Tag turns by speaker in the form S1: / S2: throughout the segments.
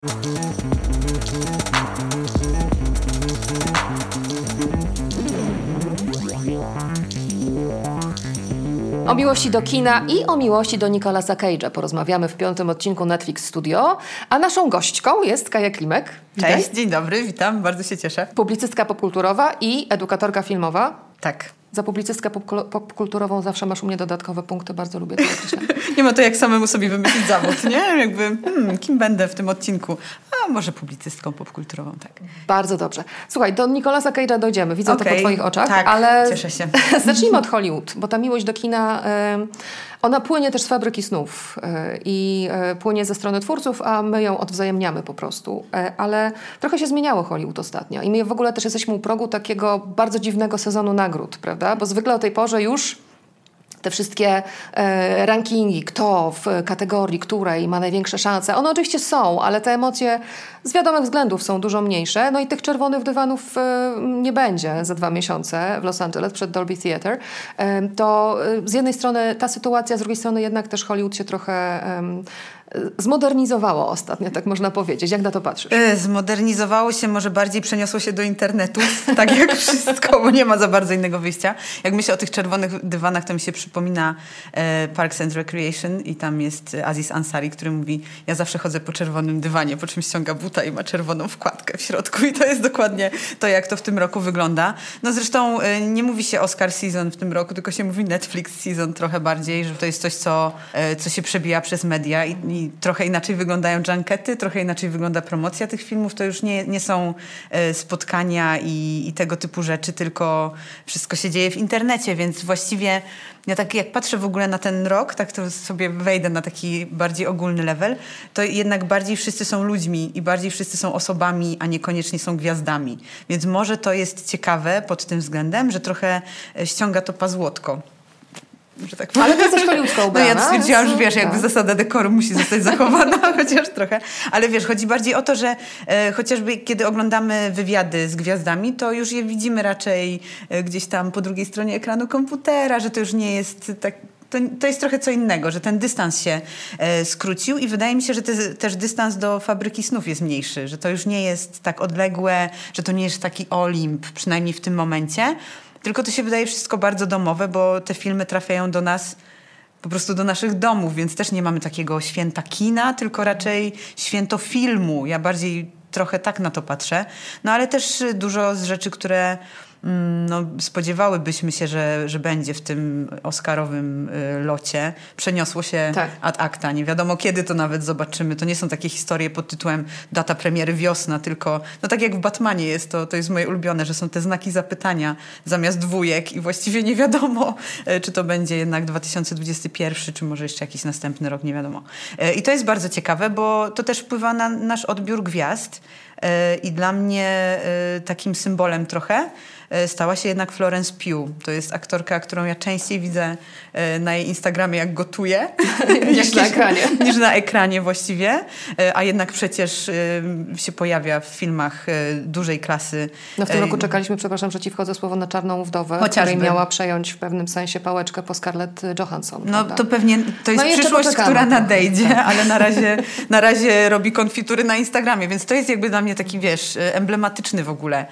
S1: O miłości do kina i o miłości do Nicolasa Cage'a porozmawiamy w 5. odcinku Netflix Studio, a naszą gościką jest Kaja Klimek.
S2: Cześć, dzień dobry, witam, bardzo się cieszę.
S1: Publicystka popkulturowa i edukatorka filmowa.
S2: Tak.
S1: Za publicystkę popkulturową zawsze masz u mnie dodatkowe punkty, bardzo lubię to robić.
S2: Nie ma to jak samemu sobie wymyślić zawód, nie? Jakby, kim będę w tym odcinku? A może publicystką popkulturową, tak.
S1: Bardzo dobrze. Słuchaj, do Nicolasa Cage'a dojdziemy, widzę to po twoich oczach,
S2: tak,
S1: ale
S2: cieszę się.
S1: Zacznijmy od Hollywood, bo ta miłość do kina, ona płynie też z fabryki snów i płynie ze strony twórców, a my ją odwzajemniamy po prostu. Ale trochę się zmieniało Hollywood ostatnio i my w ogóle też jesteśmy u progu takiego bardzo dziwnego sezonu nagród, prawda? Bo zwykle o tej porze już te wszystkie rankingi, kto w kategorii której ma największe szanse, one oczywiście są, ale te emocje z wiadomych względów są dużo mniejsze. No i tych czerwonych dywanów nie będzie za 2 miesiące w Los Angeles przed Dolby Theatre. To z jednej strony ta sytuacja, z drugiej strony jednak też Hollywood się trochę zmodernizowało ostatnio, tak można powiedzieć. Jak na to patrzysz?
S2: Zmodernizowało się, może bardziej przeniosło się do internetu, tak jak wszystko, bo nie ma za bardzo innego wyjścia. Jak myślę o tych czerwonych dywanach, to mi się przypomina Parks and Recreation i tam jest Aziz Ansari, który mówi, ja zawsze chodzę po czerwonym dywanie, po czym ściąga buta i ma czerwoną wkładkę w środku i to jest dokładnie to, jak to w tym roku wygląda. No zresztą nie mówi się Oscar season w tym roku, tylko się mówi Netflix season trochę bardziej, że to jest coś, co się przebija przez media i trochę inaczej wyglądają junkety, trochę inaczej wygląda promocja tych filmów. To już nie są spotkania i tego typu rzeczy, tylko wszystko się dzieje w internecie, więc właściwie ja tak jak patrzę w ogóle na ten rok, tak to sobie wejdę na taki bardziej ogólny level, to jednak bardziej wszyscy są ludźmi i bardziej wszyscy są osobami, a niekoniecznie są gwiazdami. Więc może to jest ciekawe pod tym względem, że trochę ściąga to pazłotko. Że tak
S1: ale ty jesteś hollywoodzka ubrana.
S2: No ja stwierdziłam, że wiesz, jakby zasada dekoru musi zostać zachowana, chociaż trochę. Ale wiesz, chodzi bardziej o to, że chociażby kiedy oglądamy wywiady z gwiazdami, to już je widzimy raczej gdzieś tam po drugiej stronie ekranu komputera, że to już nie jest tak... To jest trochę co innego, że ten dystans się skrócił i wydaje mi się, że też dystans do fabryki snów jest mniejszy, że to już nie jest tak odległe, że to nie jest taki Olimp, przynajmniej w tym momencie. Tylko to się wydaje wszystko bardzo domowe, bo te filmy trafiają do nas, po prostu do naszych domów, więc też nie mamy takiego święta kina, tylko raczej święto filmu. Ja bardziej trochę tak na to patrzę. No ale też dużo z rzeczy, które spodziewałybyśmy się, że będzie w tym oscarowym locie. Przeniosło się ad acta. Nie wiadomo kiedy to nawet zobaczymy. To nie są takie historie pod tytułem data premiery wiosna, tylko tak jak w Batmanie jest, to jest moje ulubione, że są te znaki zapytania zamiast dwójek i właściwie nie wiadomo, czy to będzie jednak 2021, czy może jeszcze jakiś następny rok, nie wiadomo. I to jest bardzo ciekawe, bo to też wpływa na nasz odbiór gwiazd i dla mnie takim symbolem trochę stała się jednak Florence Pugh. To jest aktorka, którą ja częściej widzę na jej Instagramie, jak gotuje.
S1: Niż na ekranie.
S2: Niż na ekranie właściwie. A jednak przecież się pojawia w filmach dużej klasy.
S1: No w tym roku czekaliśmy, przepraszam, że ci wchodzę słowo, na Czarną Wdowę, której miała przejąć w pewnym sensie pałeczkę po Scarlett Johansson.
S2: No
S1: prawda?
S2: to pewnie to jest przyszłość, która nadejdzie, ale na razie robi konfitury na Instagramie, więc to jest jakby dla mnie taki, wiesz, emblematyczny w ogóle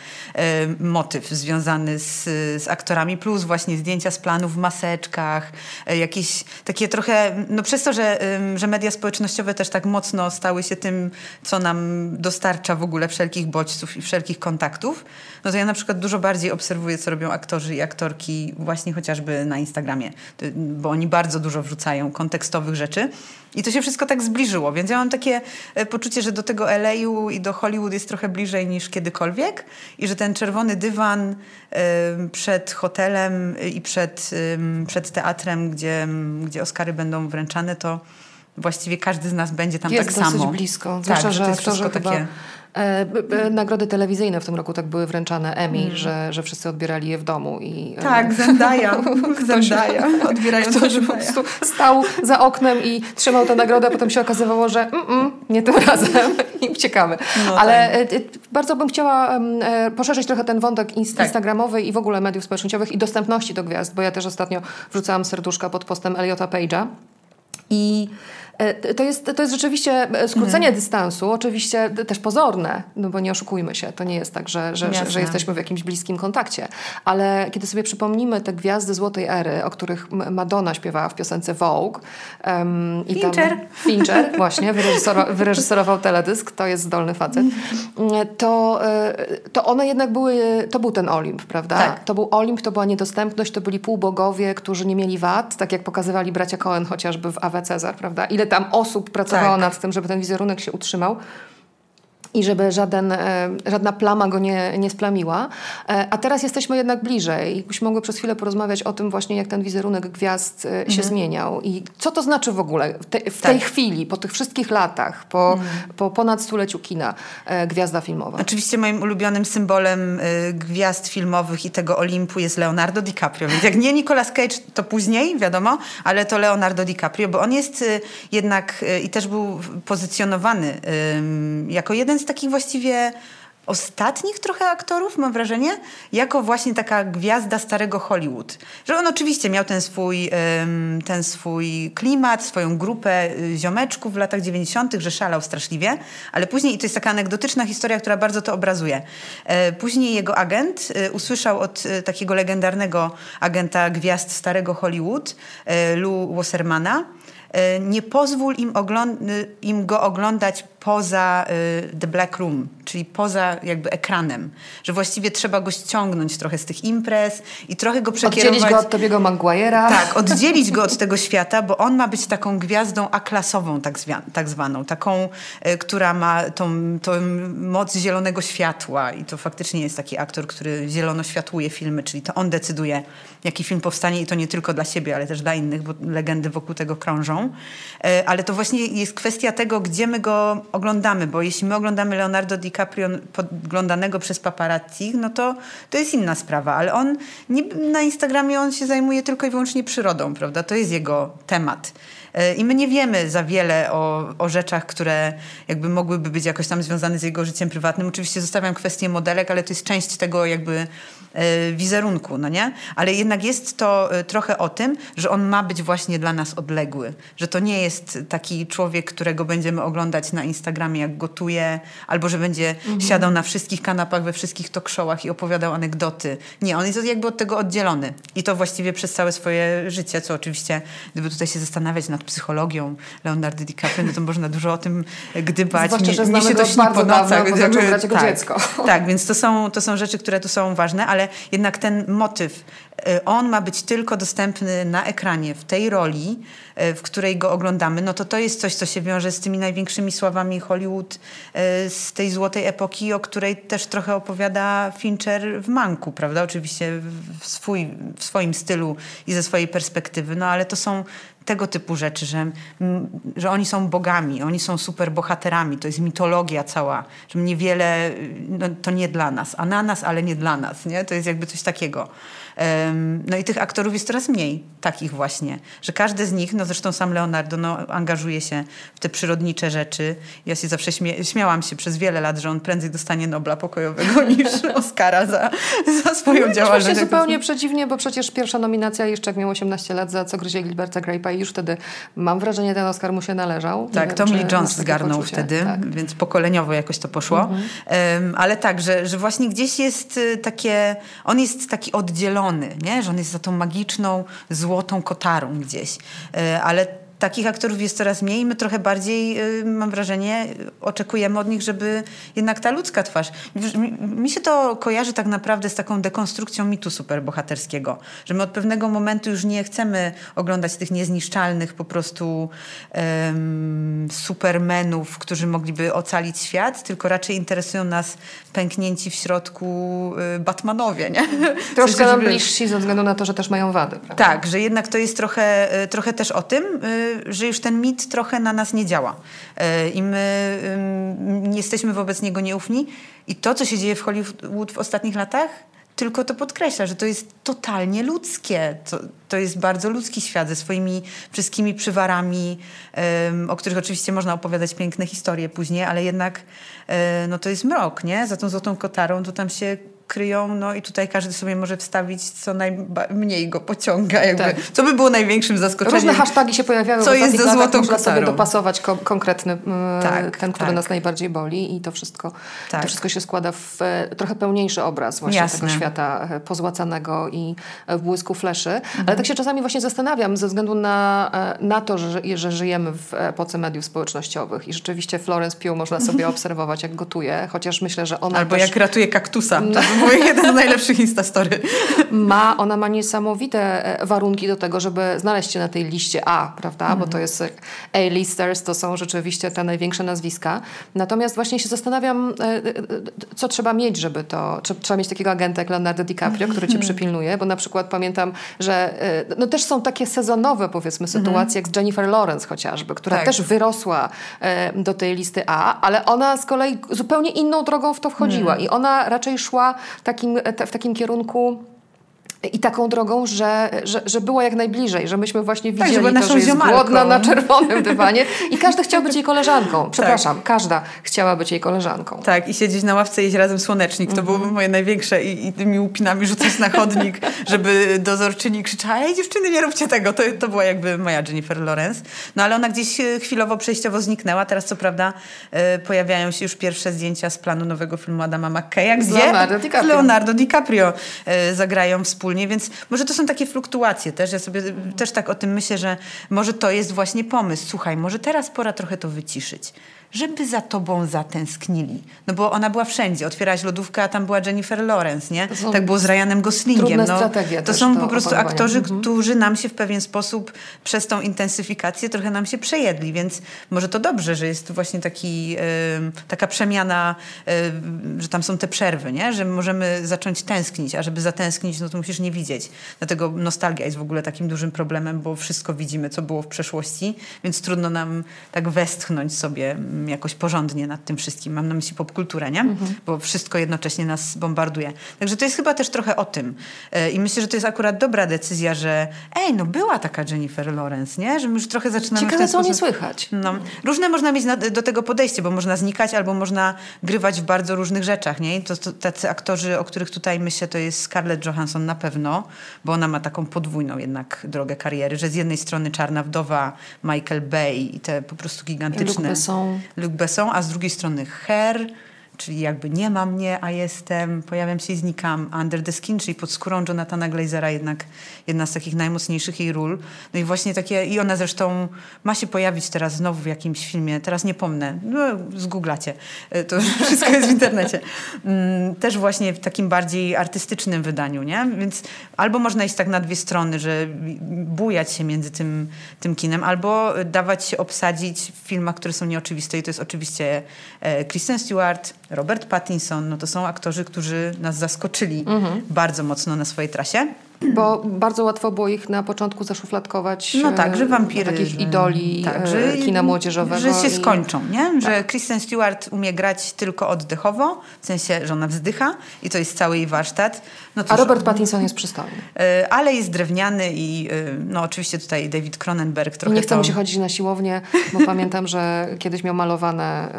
S2: motyw związany z aktorami, plus właśnie zdjęcia z planów w maseczkach, jakieś takie trochę, przez to, że media społecznościowe też tak mocno stały się tym, co nam dostarcza w ogóle wszelkich bodźców i wszelkich kontaktów, no to ja na przykład dużo bardziej obserwuję, co robią aktorzy i aktorki właśnie chociażby na Instagramie, bo oni bardzo dużo wrzucają kontekstowych rzeczy i to się wszystko tak zbliżyło, więc ja mam takie poczucie, że do tego LA-u i do Hollywood jest trochę bliżej niż kiedykolwiek i że ten czerwony dywan przed hotelem i przed teatrem, gdzie Oscary będą wręczane, to właściwie każdy z nas będzie tam
S1: jest
S2: tak samo.
S1: Jest dosyć blisko. Zwłaszcza, że aktorzy takie... Nagrody telewizyjne w tym roku tak były wręczane, Emmy, że wszyscy odbierali je w domu.
S2: Tak, Zendaya odbierają
S1: ktoś po prostu stał za oknem i trzymał tę nagrodę, a potem się okazywało, że nie tym razem i uciekamy. Ale bardzo bym chciała poszerzyć trochę ten wątek instagramowy i w ogóle mediów społecznościowych i dostępności do gwiazd, bo ja też ostatnio wrzucałam serduszka pod postem Elliota Page'a i To jest rzeczywiście skrócenie dystansu, oczywiście też pozorne, no bo nie oszukujmy się, to nie jest tak, że jesteśmy w jakimś bliskim kontakcie, ale kiedy sobie przypomnimy te gwiazdy złotej ery, o których Madonna śpiewała w piosence Vogue, Fincher właśnie, wyreżyserował teledysk, to jest zdolny facet, to one jednak to był ten Olimp, prawda?
S2: Tak.
S1: To był Olimp, to była niedostępność, to byli półbogowie, którzy nie mieli wad, tak jak pokazywali bracia Coen chociażby w Awe Cezar, prawda? Ile tam osób pracowało nad tym, żeby ten wizerunek się utrzymał i żeby żadna plama go nie splamiła. A teraz jesteśmy jednak bliżej i byśmy mogły przez chwilę porozmawiać o tym właśnie, jak ten wizerunek gwiazd się zmieniał i co to znaczy w ogóle w tej chwili, po tych wszystkich latach, po ponad stuleciu kina, gwiazda filmowa.
S2: Oczywiście moim ulubionym symbolem gwiazd filmowych i tego Olimpu jest Leonardo DiCaprio. Więc jak nie Nicolas Cage, to później, wiadomo, ale to Leonardo DiCaprio, bo on jest jednak i też był pozycjonowany jako jeden z takich właściwie ostatnich trochę aktorów, mam wrażenie, jako właśnie taka gwiazda starego Hollywood. Że on oczywiście miał ten swój klimat, swoją grupę ziomeczków w latach 90., że szalał straszliwie, ale później, i to jest taka anegdotyczna historia, która bardzo to obrazuje, później jego agent usłyszał od takiego legendarnego agenta gwiazd starego Hollywood, Lou Wassermana, nie pozwól im go oglądać poza The Black Room, czyli poza jakby ekranem. Że właściwie trzeba go ściągnąć trochę z tych imprez i trochę go przekierować.
S1: Oddzielić go od Tobiego Maguire'a.
S2: Tak, oddzielić go od tego świata, bo on ma być taką gwiazdą A-klasową tak zwaną. Taką, która ma tą moc zielonego światła. I to faktycznie jest taki aktor, który zielono światłuje filmy, czyli to on decyduje, jaki film powstanie i to nie tylko dla siebie, ale też dla innych, bo legendy wokół tego krążą. Ale to właśnie jest kwestia tego, gdzie my go oglądamy, bo jeśli my oglądamy Leonardo DiCaprio podglądanego przez paparazzi, no to jest inna sprawa, ale on na Instagramie on się zajmuje tylko i wyłącznie przyrodą, prawda? To jest jego temat. I my nie wiemy za wiele o rzeczach, które jakby mogłyby być jakoś tam związane z jego życiem prywatnym. Oczywiście zostawiam kwestię modelek, ale to jest część tego jakby wizerunku, no nie? Ale jednak jest to trochę o tym, że on ma być właśnie dla nas odległy. Że to nie jest taki człowiek, którego będziemy oglądać na Instagramie, jak gotuje, albo że będzie siadał na wszystkich kanapach, we wszystkich talk showach i opowiadał anegdoty. Nie, on jest jakby od tego oddzielony. I to właściwie przez całe swoje życie, co oczywiście, gdyby tutaj się zastanawiać nad psychologią Leonardo DiCaprio, no to można dużo o tym gdybać.
S1: Zwłaszcza, że znamy go bardzo dawno, bo zaczął grać jego dziecko.
S2: Tak, więc to są rzeczy, które tu są ważne, ale jednak ten motyw, on ma być tylko dostępny na ekranie, w tej roli, w której go oglądamy, no to jest coś, co się wiąże z tymi największymi sławami Hollywood z tej złotej epoki, o której też trochę opowiada Fincher w Manku, prawda? Oczywiście w swoim stylu i ze swojej perspektywy, no ale to są tego typu rzeczy, że oni są bogami, oni są super bohaterami, to jest mitologia cała, że niewiele, no, to nie dla nas, a na nas, ale nie dla nas, nie? To jest jakby coś takiego. No i tych aktorów jest coraz mniej, takich właśnie, że każdy z nich, no zresztą sam Leonardo, no, angażuje się w te przyrodnicze rzeczy. Ja się zawsze śmiałam się przez wiele lat, że on prędzej dostanie Nobla pokojowego niż Oscara za swoją działalność.
S1: Właśnie zupełnie przeciwnie, bo przecież pierwsza nominacja jeszcze jak miał 18 lat za Co gryzie Gilberta Grape'a i już wtedy, mam wrażenie, ten Oscar mu się należał.
S2: Tak, Tommy Lee Jones zgarnął wtedy, tak. Więc pokoleniowo jakoś to poszło. Ale tak, że właśnie gdzieś jest on jest taki oddzielony, nie? Że on jest za tą magiczną, złotą kotarą gdzieś. Ale takich aktorów jest coraz mniej i my trochę bardziej, mam wrażenie, oczekujemy od nich, żeby jednak ta ludzka twarz. Mi się to kojarzy tak naprawdę z taką dekonstrukcją mitu superbohaterskiego. Że my od pewnego momentu już nie chcemy oglądać tych niezniszczalnych po prostu supermenów, którzy mogliby ocalić świat, tylko raczej interesują nas pęknięci w środku Batmanowie, nie?
S1: Troszkę nam bliżsi ze względu na to, że też mają wady. Prawda?
S2: Tak, że jednak to jest trochę też o tym, że już ten mit trochę na nas nie działa. I my nie jesteśmy wobec niego nieufni. I to, co się dzieje w Hollywood w ostatnich latach, tylko to podkreśla, że to jest totalnie ludzkie. To jest bardzo ludzki świat ze swoimi wszystkimi przywarami, o których oczywiście można opowiadać piękne historie później, ale jednak no to jest mrok, nie? Za tą złotą kotarą to tam się kryją, no i tutaj każdy sobie może wstawić, co najmniej go pociąga, jakby,
S1: tak.
S2: Co by było największym zaskoczeniem.
S1: Różne hasztagi się pojawiały,
S2: co jest ze złotą
S1: można
S2: kotarą.
S1: sobie dopasować konkretny, ten, który
S2: tak.
S1: nas najbardziej boli i to wszystko się składa w trochę pełniejszy obraz właśnie tego świata pozłacanego i w błysku fleszy. Ale tak się czasami właśnie zastanawiam ze względu na to, że żyjemy w epoce mediów społecznościowych i rzeczywiście Florence Pugh można sobie obserwować, jak gotuje, chociaż myślę, że ona
S2: Albo
S1: też...
S2: jak ratuje kaktusa. To by był jeden z najlepszych instastory.
S1: Ona ma niesamowite warunki do tego, żeby znaleźć się na tej liście A, prawda? Bo to jest A-listers, to są rzeczywiście te największe nazwiska. Natomiast właśnie się zastanawiam, co trzeba mieć, żeby to... Trzeba mieć takiego agenta jak Leonardo DiCaprio, który cię przypilnuje, bo na przykład pamiętam, że też są takie sezonowe, powiedzmy, sytuacje, jak z Jennifer Lawrence chociażby, która też wyrosła do tej listy A, ale ona z kolei zupełnie inną drogą w to wchodziła i ona raczej szła w takim kierunku i taką drogą, że była jak najbliżej, że myśmy właśnie widzieli to, że jest głodna na czerwonym dywanie i każdy chciał być jej koleżanką. Przepraszam, każda chciała być jej koleżanką.
S2: Tak, i siedzieć na ławce i jeść razem słonecznik. To byłoby moje największe i tymi łupinami rzucać na chodnik, żeby dozorczyni krzyczała: ej dziewczyny, nie róbcie tego. To była jakby moja Jennifer Lawrence. No ale ona gdzieś chwilowo, przejściowo zniknęła. Teraz co prawda pojawiają się już pierwsze zdjęcia z planu nowego filmu Adama McKeya, gdzie Leonardo DiCaprio zagrają wspólnie. Więc może to są takie fluktuacje też. Ja sobie też tak o tym myślę, że może to jest właśnie pomysł. Słuchaj, może teraz pora trochę to wyciszyć, żeby za tobą zatęsknili. No bo ona była wszędzie. Otwierałaś lodówkę, a tam była Jennifer Lawrence, nie? Tak było z Ryanem Goslingiem.
S1: To
S2: są po prostu aktorzy, którzy nam się w pewien sposób przez tą intensyfikację trochę nam się przejedli, więc może to dobrze, że jest właśnie taka przemiana, że tam są te przerwy, nie? Że możemy zacząć tęsknić, a żeby zatęsknić, no to musisz nie widzieć. Dlatego nostalgia jest w ogóle takim dużym problemem, bo wszystko widzimy, co było w przeszłości, więc trudno nam tak westchnąć sobie jakoś porządnie nad tym wszystkim. Mam na myśli popkulturę, nie? Bo wszystko jednocześnie nas bombarduje. Także to jest chyba też trochę o tym. I myślę, że to jest akurat dobra decyzja, że była taka Jennifer Lawrence, nie? Że my już trochę zaczynamy...
S1: Ciekawe, co nie słychać.
S2: No, różne można mieć do tego podejście, bo można znikać albo można grywać w bardzo różnych rzeczach, nie? I to tacy aktorzy, o których tutaj myślę, to jest Scarlett Johansson na pewno, bo ona ma taką podwójną jednak drogę kariery, że z jednej strony Czarna Wdowa, Michael Bay i te po prostu gigantyczne... Luc Besson, a z drugiej strony Her, czyli jakby nie ma mnie, a jestem, pojawiam się i znikam. Under the Skin, czyli pod skórą Jonathana Glazera, jednak jedna z takich najmocniejszych jej ról. No i właśnie takie, i ona zresztą ma się pojawić teraz znowu w jakimś filmie, teraz nie pomnę, no zgooglacie, to wszystko jest w internecie. Też właśnie w takim bardziej artystycznym wydaniu, nie? Więc albo można iść tak na dwie strony, że bujać się między tym kinem, albo dawać się obsadzić w filmach, które są nieoczywiste i to jest oczywiście Kristen Stewart, Robert Pattinson, no to są aktorzy, którzy nas zaskoczyli bardzo mocno na swojej trasie.
S1: Bo bardzo łatwo było ich na początku zaszufladkować.
S2: No tak, że wampiry.
S1: Takich idoli kina młodzieżowego.
S2: Że się skończą, nie? Że Kristen Stewart umie grać tylko oddechowo, w sensie, że ona wzdycha i to jest cały jej warsztat. No cóż,
S1: a Robert Pattinson jest przystojny.
S2: Ale jest drewniany i no oczywiście tutaj David Cronenberg trochę
S1: nie chce mu się chodzić na siłownię, bo pamiętam, że kiedyś miał malowany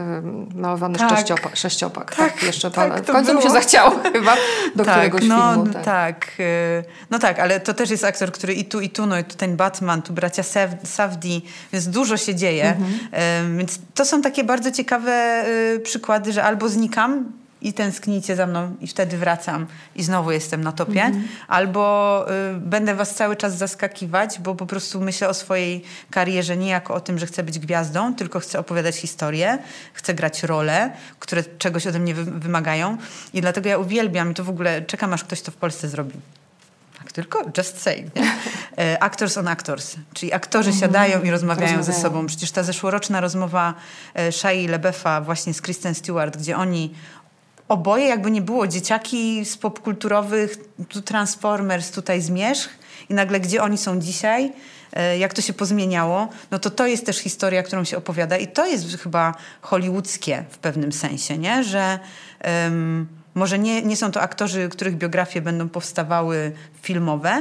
S1: sześciopak. Tak, jeszcze w końcu mu się zachciało chyba do któregoś filmu.
S2: No tak, ale to też jest aktor, który i tu, no i tu ten Batman, tu bracia Safdie, więc dużo się dzieje. Więc to są takie bardzo ciekawe przykłady, że albo znikam i tęsknicie za mną i wtedy wracam i znowu jestem na topie, albo będę was cały czas zaskakiwać, bo po prostu myślę o swojej karierze nie jako o tym, że chcę być gwiazdą, tylko chcę opowiadać historię, chcę grać role, które czegoś ode mnie wymagają i dlatego ja uwielbiam i to w ogóle czekam, aż ktoś to w Polsce zrobi. Tylko just say. Actors on actors. Czyli aktorzy siadają i rozmawiają ze sobą. Przecież ta zeszłoroczna rozmowa Shia LaBeoufa właśnie z Kristen Stewart, gdzie oni oboje, jakby nie było, dzieciaki z popkulturowych, tu Transformers, tutaj Zmierzch i nagle gdzie oni są dzisiaj, jak to się pozmieniało, no to jest też historia, którą się opowiada i to jest chyba hollywoodzkie w pewnym sensie, nie? Że może nie są to aktorzy, których biografie będą powstawały filmowe,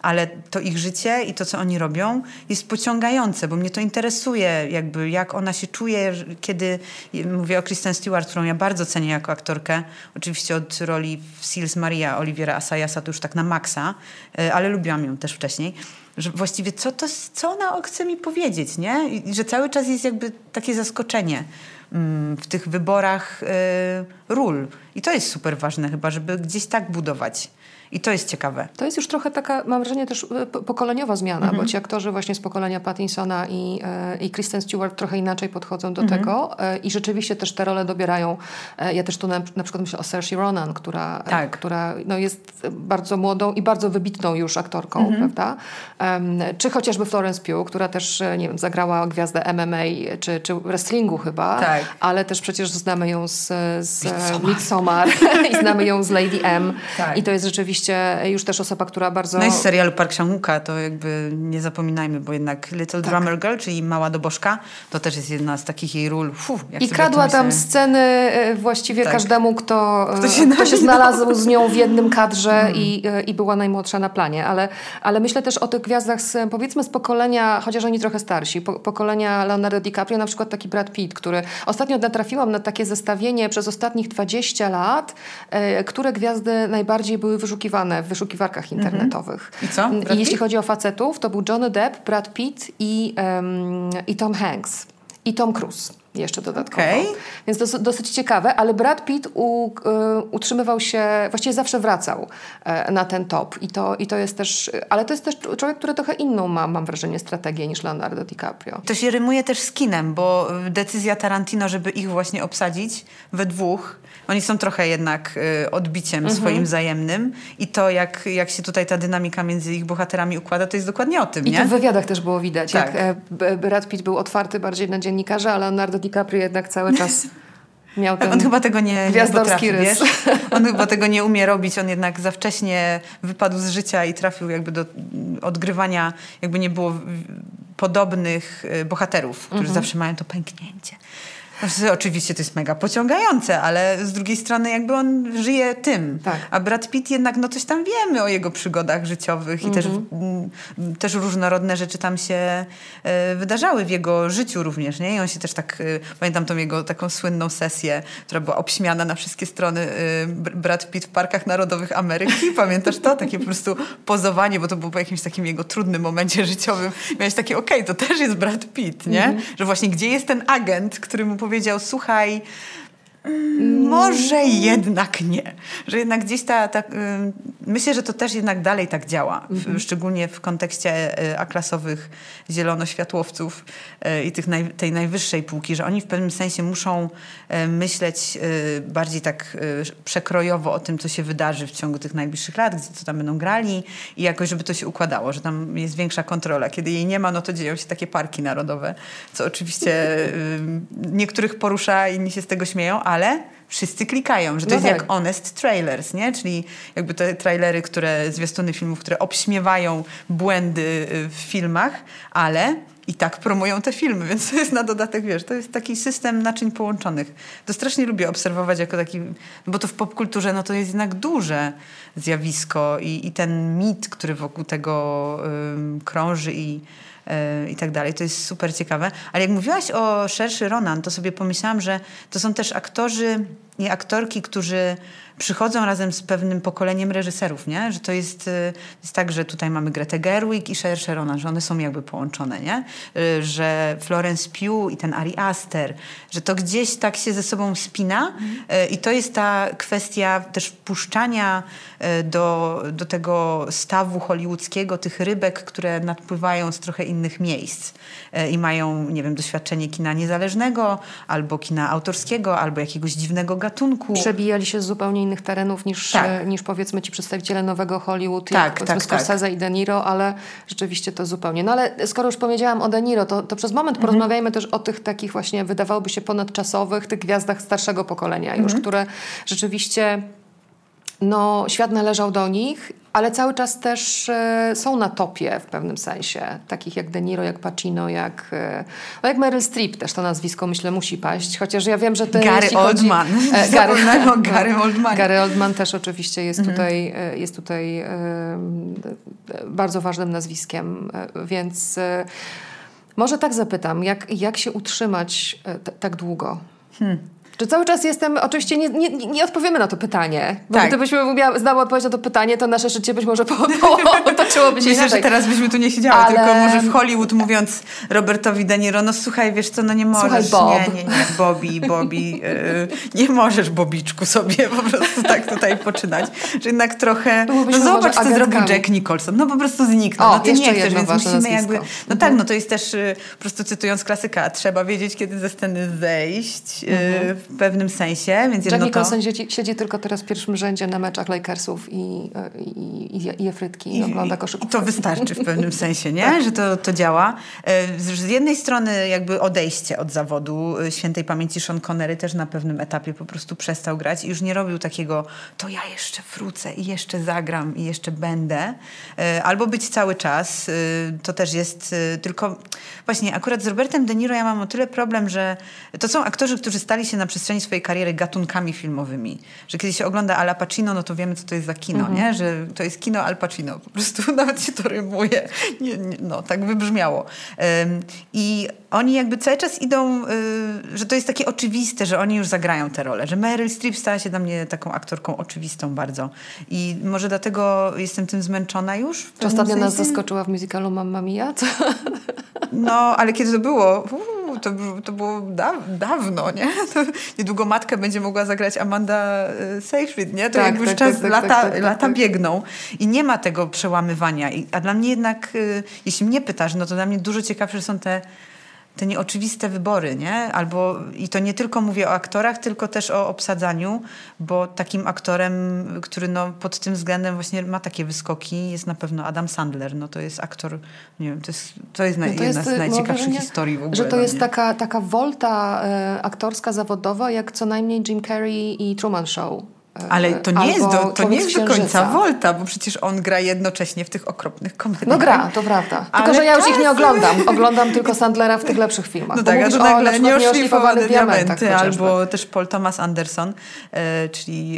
S2: ale to ich życie i to, co oni robią, jest pociągające, bo mnie to interesuje, jakby jak ona się czuje, kiedy mówię o Kristen Stewart, którą ja bardzo cenię jako aktorkę, oczywiście od roli w Seals Maria Oliviera Assayasa to już tak na maksa, ale lubiłam ją też wcześniej, że właściwie co ona chce mi powiedzieć, nie? I że cały czas jest jakby takie zaskoczenie w tych wyborach ról. I to jest super ważne chyba, żeby gdzieś tak budować. I to jest ciekawe.
S1: To jest już trochę taka, mam wrażenie, też pokoleniowa zmiana, bo ci aktorzy właśnie z pokolenia Pattinsona i Kristen Stewart trochę inaczej podchodzą do tego i rzeczywiście też te role dobierają. Ja też tu na przykład myślę o Saoirse Ronan, która no, jest bardzo młodą i bardzo wybitną już aktorką, prawda? Czy chociażby Florence Pugh, która też, nie wiem, zagrała gwiazdę MMA czy wrestlingu chyba, ale też przecież znamy ją z Midsommar i znamy ją z Lady M. I to jest rzeczywiście już też osoba, która bardzo...
S2: No i z serialu Park Chan-wooka to jakby nie zapominajmy, bo jednak Little Drummer Girl, czyli Mała Dobożka, to też jest jedna z takich jej ról.
S1: I kradła tam sceny właściwie każdemu, kto się znalazł z nią w jednym kadrze i była najmłodsza na planie. Ale myślę też o tych gwiazdach powiedzmy z pokolenia, chociaż oni trochę starsi, pokolenia Leonardo DiCaprio, na przykład taki Brad Pitt, który ostatnio natrafiłam na takie zestawienie przez ostatnich 20 lat, które gwiazdy najbardziej były wyszukiwane w wyszukiwarkach internetowych.
S2: I co?
S1: I jeśli chodzi o facetów, to był Johnny Depp, Brad Pitt i Tom Hanks. I Tom Cruise jeszcze dodatkowo. Więc dosyć ciekawe, ale Brad Pitt utrzymywał się, właściwie zawsze wracał na ten top. I to jest też, ale to jest też człowiek, który trochę inną mam wrażenie, strategię niż Leonardo DiCaprio.
S2: To się rymuje też z kinem, bo decyzja Tarantino, żeby ich właśnie obsadzić we dwóch, oni są trochę jednak odbiciem swoim wzajemnym i to jak się tutaj ta dynamika między ich bohaterami układa, to jest dokładnie o tym, nie?
S1: I to w wywiadach też było widać, jak Brad Pitt był otwarty bardziej na dziennikarza, a Leonardo DiCaprio jednak cały czas miał ten
S2: on chyba tego nie potrafi,
S1: rys.
S2: Wiesz? On chyba tego nie umie robić, on jednak za wcześnie wypadł z życia i trafił jakby do odgrywania, jakby nie było podobnych bohaterów, którzy zawsze mają to pęknięcie. Oczywiście to jest mega pociągające, ale z drugiej strony jakby on żyje tym. A Brad Pitt jednak, no coś tam wiemy o jego przygodach życiowych i też różnorodne rzeczy tam się wydarzały w jego życiu również, nie? I on się też tak, pamiętam tą jego taką słynną sesję, która była obśmiana na wszystkie strony, Brad Pitt w Parkach Narodowych Ameryki. Pamiętasz to? Takie po prostu pozowanie, bo to było po jakimś takim jego trudnym momencie życiowym. Miałeś takie, to też jest Brad Pitt, nie? Że właśnie gdzie jest ten agent, który mu powiedział, słuchaj, może jednak nie. Że jednak gdzieś myślę, że to też jednak dalej tak działa. Szczególnie w kontekście A-klasowych zielonoświatłowców i tej najwyższej półki, że oni w pewnym sensie muszą myśleć bardziej tak przekrojowo o tym, co się wydarzy w ciągu tych najbliższych lat, co tam będą grali i jakoś, żeby to się układało, że tam jest większa kontrola. Kiedy jej nie ma, no to dzieją się takie parki narodowe, co oczywiście niektórych porusza, inni się z tego śmieją, ale wszyscy klikają, że to jest jak honest trailers, nie? Czyli jakby te trailery, zwiastuny filmów, które obśmiewają błędy w filmach, ale i tak promują te filmy, więc to jest na dodatek, wiesz, to jest taki system naczyń połączonych. To strasznie lubię obserwować jako taki, bo to w popkulturze, no to jest jednak duże zjawisko i ten mit, który wokół tego krąży i tak dalej. To jest super ciekawe. Ale jak mówiłaś o Saoirse Ronan, to sobie pomyślałam, że to są też aktorzy i aktorki, którzy przychodzą razem z pewnym pokoleniem reżyserów, nie? Że to jest tak, że tutaj mamy Gretę Gerwig i Saoirse Ronan, że one są jakby połączone, nie? Że Florence Pugh i ten Ari Aster, że to gdzieś tak się ze sobą spina i to jest ta kwestia też wpuszczania do tego stawu hollywoodzkiego tych rybek, które nadpływają z trochę innych miejsc i mają, nie wiem, doświadczenie kina niezależnego albo kina autorskiego, albo jakiegoś dziwnego gatunku.
S1: Przebijali się z zupełnie innych terenów niż powiedzmy ci przedstawiciele nowego Hollywood, powiedzmy Scorsese i De Niro, ale rzeczywiście to zupełnie. No ale skoro już powiedziałam o De Niro, to przez moment porozmawiajmy też o tych takich właśnie, wydawałoby się ponadczasowych, tych gwiazdach starszego pokolenia już, które rzeczywiście świat należał do nich, ale cały czas też są na topie w pewnym sensie. Takich jak De Niro, jak Pacino, jak Meryl Streep też to nazwisko, myślę, musi paść. Chociaż ja wiem, że to
S2: Gary Oldman. Gary Oldman.
S1: Gary Oldman też oczywiście jest tutaj bardzo ważnym nazwiskiem, więc może tak zapytam, jak się utrzymać tak długo? Czy cały czas jestem... Oczywiście nie odpowiemy na to pytanie. Bo gdybyśmy znały odpowiedź na to pytanie, to nasze życie być może potoczyłoby się
S2: Myślę, że teraz byśmy tu nie siedziały, tylko może w Hollywood mówiąc Robertowi De Niro, no słuchaj, wiesz co, no nie możesz.
S1: Słuchaj, Bob.
S2: Nie, Bobby, nie możesz, Bobiczku, sobie po prostu tak tutaj poczynać. Że jednak trochę... No zobacz, co zrobił Jack Nicholson. No po prostu zniknął. No ty nie chcesz, więc musimy jakby... No tak, no to jest też, po prostu cytując klasyka, trzeba wiedzieć, kiedy ze sceny zejść, w pewnym sensie, więc
S1: Jack Nicholson siedzi tylko teraz w pierwszym rzędzie na meczach Lakersów i je frytki i ogląda koszykówkę.
S2: I to wystarczy w pewnym sensie, nie? Tak. Że to działa. Z jednej strony jakby odejście od zawodu świętej pamięci Sean Connery też na pewnym etapie po prostu przestał grać i już nie robił takiego, to ja jeszcze wrócę i jeszcze zagram i jeszcze będę. Albo być cały czas. To też jest tylko... Właśnie akurat z Robertem De Niro ja mam o tyle problem, że to są aktorzy, którzy stali się na przestrzeni swojej kariery gatunkami filmowymi. Że kiedy się ogląda Al Pacino, no to wiemy, co to jest za kino, nie? Że to jest kino Al Pacino. Po prostu nawet się to rymuje. No, tak wybrzmiało. I oni jakby cały czas idą, że to jest takie oczywiste, że oni już zagrają te role. Że Meryl Streep stała się dla mnie taką aktorką oczywistą bardzo. I może dlatego jestem tym zmęczona już.
S1: Czy ostatnio nas zaskoczyła w musicalu Mamma Mia? Co?
S2: No, ale kiedy to było? To było dawno, nie? To niedługo matkę będzie mogła zagrać Amanda Seyfried, nie? To jakby już czas, lata biegną i nie ma tego przełamywania. A dla mnie jednak, jeśli mnie pytasz, no to dla mnie dużo ciekawsze są te nieoczywiste wybory, nie? I to nie tylko mówię o aktorach, tylko też o obsadzaniu, bo takim aktorem, który no pod tym względem właśnie ma takie wyskoki, jest na pewno Adam Sandler. No to jest aktor, nie wiem, to jest jedna z najciekawszych historii w ogóle.
S1: Że to jest taka wolta aktorska, zawodowa, jak co najmniej Jim Carrey i Truman Show.
S2: Ale to nie jest do końca wolta, bo przecież on gra jednocześnie w tych okropnych komediach.
S1: No gra, to prawda. Tylko, że ja już ich nie oglądam. Oglądam tylko Sandlera w tych lepszych filmach.
S2: No tak, a to nagle Nieoszlifowane diamenty albo też Paul Thomas Anderson, czyli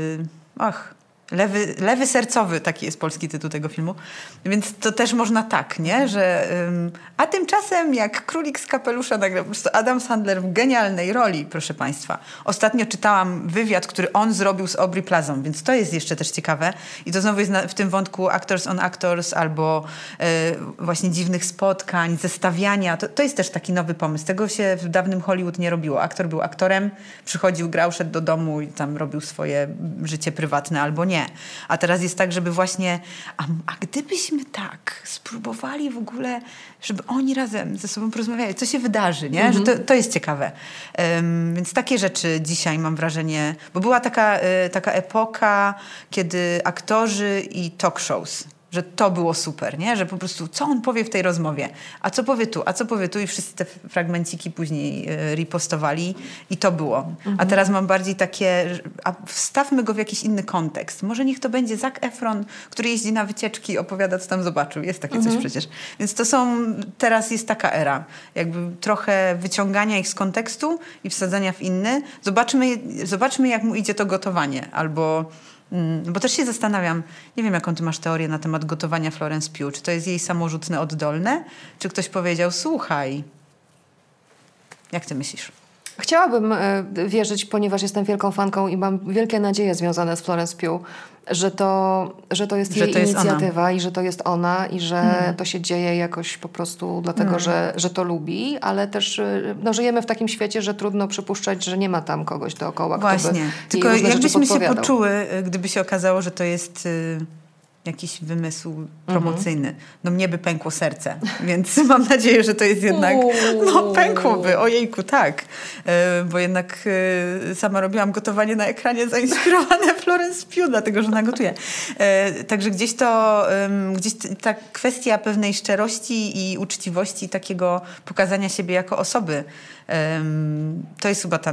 S2: Lewy sercowy, taki jest polski tytuł tego filmu. Więc to też można tak, nie? Że, a tymczasem jak Królik z kapelusza nagrał po prostu Adam Sandler w genialnej roli, proszę Państwa. Ostatnio czytałam wywiad, który on zrobił z Aubrey Plazą, więc to jest jeszcze też ciekawe. I to znowu jest w tym wątku Actors on Actors albo właśnie dziwnych spotkań, zestawiania. To jest też taki nowy pomysł. Tego się w dawnym Hollywood nie robiło. Aktor był aktorem, przychodził, grał, szedł do domu i tam robił swoje życie prywatne albo nie. A teraz jest tak, żeby właśnie... A gdybyśmy tak spróbowali w ogóle, żeby oni razem ze sobą porozmawiali, co się wydarzy, nie? Że to jest ciekawe. Więc takie rzeczy dzisiaj mam wrażenie... Bo była taka epoka, kiedy aktorzy i talk shows... że to było super, nie? Że po prostu co on powie w tej rozmowie, a co powie tu i wszyscy te fragmenciki później ripostowali i to było. A teraz mam bardziej takie, a wstawmy go w jakiś inny kontekst. Może niech to będzie Zac Efron, który jeździ na wycieczki i opowiada, co tam zobaczył. Jest takie coś przecież. Więc teraz jest taka era. Jakby trochę wyciągania ich z kontekstu i wsadzania w inny. Zobaczmy jak mu idzie to gotowanie. Albo... Bo też się zastanawiam, nie wiem jaką ty masz teorię na temat gotowania Florence Pugh. Czy to jest jej samorzutne oddolne? Czy ktoś powiedział, słuchaj, jak ty myślisz?
S1: Chciałabym wierzyć, ponieważ jestem wielką fanką i mam wielkie nadzieje związane z Florence Pugh, że to jest jej inicjatywa i że to jest ona i że to się dzieje jakoś po prostu dlatego, że to lubi, ale też żyjemy w takim świecie, że trudno przypuszczać, że nie ma tam kogoś dookoła, kto by
S2: tylko jakbyśmy się poczuły, gdyby się okazało, że to jest... jakiś wymysł promocyjny. No mnie by pękło serce, więc mam nadzieję, że to jest jednak... No pękłoby, ojejku, tak. Bo jednak sama robiłam gotowanie na ekranie zainspirowane Florence Pugh, dlatego, że ona gotuje. Także gdzieś ta kwestia pewnej szczerości i uczciwości, takiego pokazania siebie jako osoby, to jest chyba ta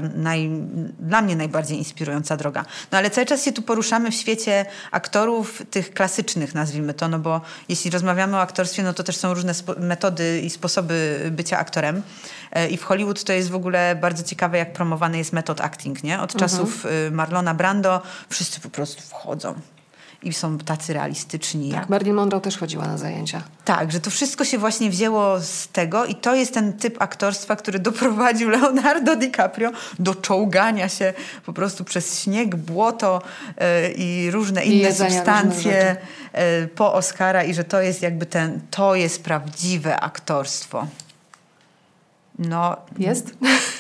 S2: dla mnie najbardziej inspirująca droga. No ale cały czas się tu poruszamy w świecie aktorów tych klasycznych klasycznych, nazwijmy to, no bo jeśli rozmawiamy o aktorstwie, no to też są różne metody i sposoby bycia aktorem. I w Hollywood to jest w ogóle bardzo ciekawe, jak promowany jest method acting, nie? Od czasów Marlona Brando wszyscy po prostu wchodzą i są tacy realistyczni.
S1: Tak, Marilyn Monroe też chodziła na zajęcia.
S2: Tak, że to wszystko się właśnie wzięło z tego i to jest ten typ aktorstwa, który doprowadził Leonardo DiCaprio do czołgania się po prostu przez śnieg, błoto i różne inne substancje po Oscara i że to jest jakby to jest prawdziwe aktorstwo. No.
S1: Jest?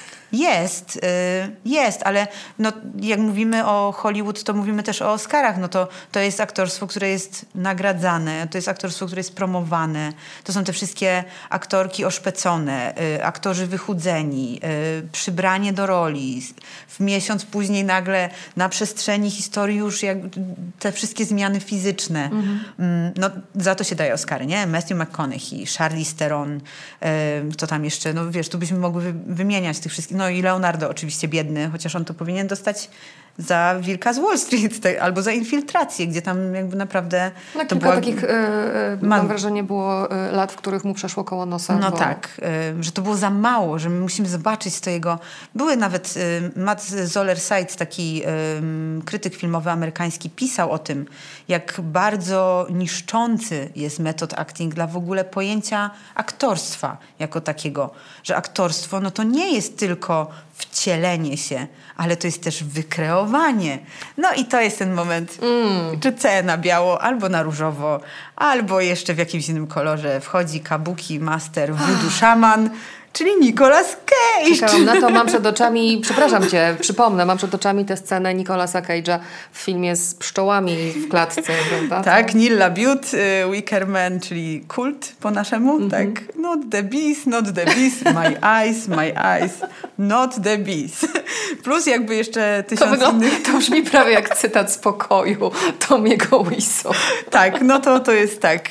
S2: Jest, ale no, jak mówimy o Hollywood, to mówimy też o Oscarach. No to jest aktorstwo, które jest nagradzane, to jest aktorstwo, które jest promowane. To są te wszystkie aktorki oszpecone, aktorzy wychudzeni, przybranie do roli. W miesiąc później nagle na przestrzeni historii już te wszystkie zmiany fizyczne. No, za to się daje Oscary, nie? Matthew McConaughey, Charlize Theron, to tam jeszcze, no wiesz, tu byśmy mogły wymieniać tych wszystkich. No i Leonardo oczywiście biedny, chociaż on to powinien dostać za Wilka z Wall Street albo za Infiltrację, gdzie tam jakby naprawdę...
S1: No, kilka takich, mam wrażenie, było lat, w których mu przeszło koło nosa.
S2: No tak, że to było za mało, że my musimy zobaczyć to jego... Były nawet... Matt Zoller-Seitz, taki krytyk filmowy amerykański, pisał o tym, jak bardzo niszczący jest method acting dla w ogóle pojęcia aktorstwa jako takiego. Że aktorstwo, no to nie jest tylko wcielenie się, ale to jest też wykreowanie. No i to jest ten moment, czy na biało, albo na różowo, albo jeszcze w jakimś innym kolorze wchodzi kabuki master voodoo szaman, czyli Nicolas Cage.
S1: Czekałam na to, mam przed oczami, przepraszam cię, przypomnę, mam przed oczami tę scenę Nicolasa Cage'a w filmie z pszczołami w klatce, prawda?
S2: Tak, Neil LaBute, Wicker Man, czyli kult po naszemu, tak. Not the bees, my eyes, not the bees. Plus jakby jeszcze innych...
S1: To brzmi prawie jak cytat z Pokoju Tomiego Wiseau.
S2: Tak, no to jest tak,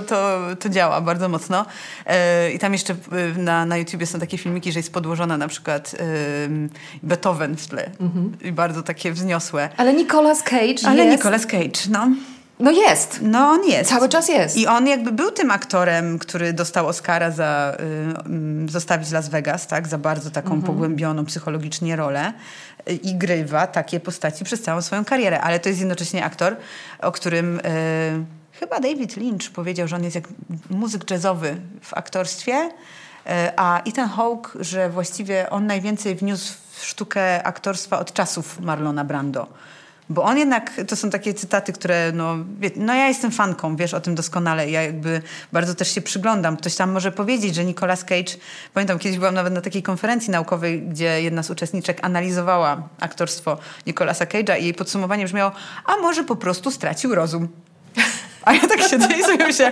S2: to działa bardzo mocno. I tam jeszcze na YouTubie są takie filmiki, że jest podłożona na przykład Beethoven w tle. I bardzo takie wzniosłe.
S1: Ale Nicolas Cage
S2: Nicolas Cage, no.
S1: No jest.
S2: No on jest.
S1: Cały czas jest.
S2: I on jakby był tym aktorem, który dostał Oscara za Zostawić Las Vegas, tak? Za bardzo taką pogłębioną psychologicznie rolę. I grywa takie postaci przez całą swoją karierę. Ale to jest jednocześnie aktor, o którym... Chyba David Lynch powiedział, że on jest jak muzyk jazzowy w aktorstwie, a Ethan Hawke, że właściwie on najwięcej wniósł w sztukę aktorstwa od czasów Marlona Brando. Bo on jednak, to są takie cytaty, które, no ja jestem fanką, wiesz o tym doskonale, ja jakby bardzo też się przyglądam. Ktoś tam może powiedzieć, że Nicolas Cage, pamiętam kiedyś byłam nawet na takiej konferencji naukowej, gdzie jedna z uczestniczek analizowała aktorstwo Nicolasa Cage'a i jej podsumowanie brzmiało, a może po prostu stracił rozum. A ja tak siedzę i sobie myślę,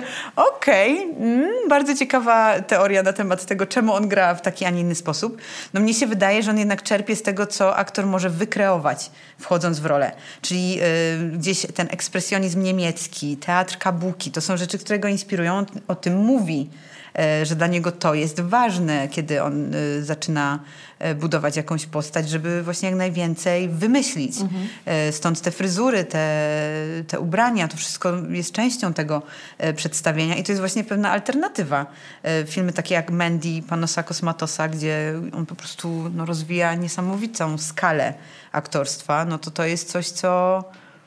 S2: bardzo ciekawa teoria na temat tego, czemu on gra w taki, a nie inny sposób. No mnie się wydaje, że on jednak czerpie z tego, co aktor może wykreować, wchodząc w rolę. Czyli gdzieś ten ekspresjonizm niemiecki, teatr kabuki, to są rzeczy, które go inspirują, on o tym mówi, że dla niego to jest ważne, kiedy on zaczyna budować jakąś postać, żeby właśnie jak najwięcej wymyślić. Stąd te fryzury, te ubrania, to wszystko jest częścią tego przedstawienia i to jest właśnie pewna alternatywa. Filmy takie jak Mandy Panosa Kosmatosa, gdzie on po prostu rozwija niesamowitą skalę aktorstwa, no to jest coś, co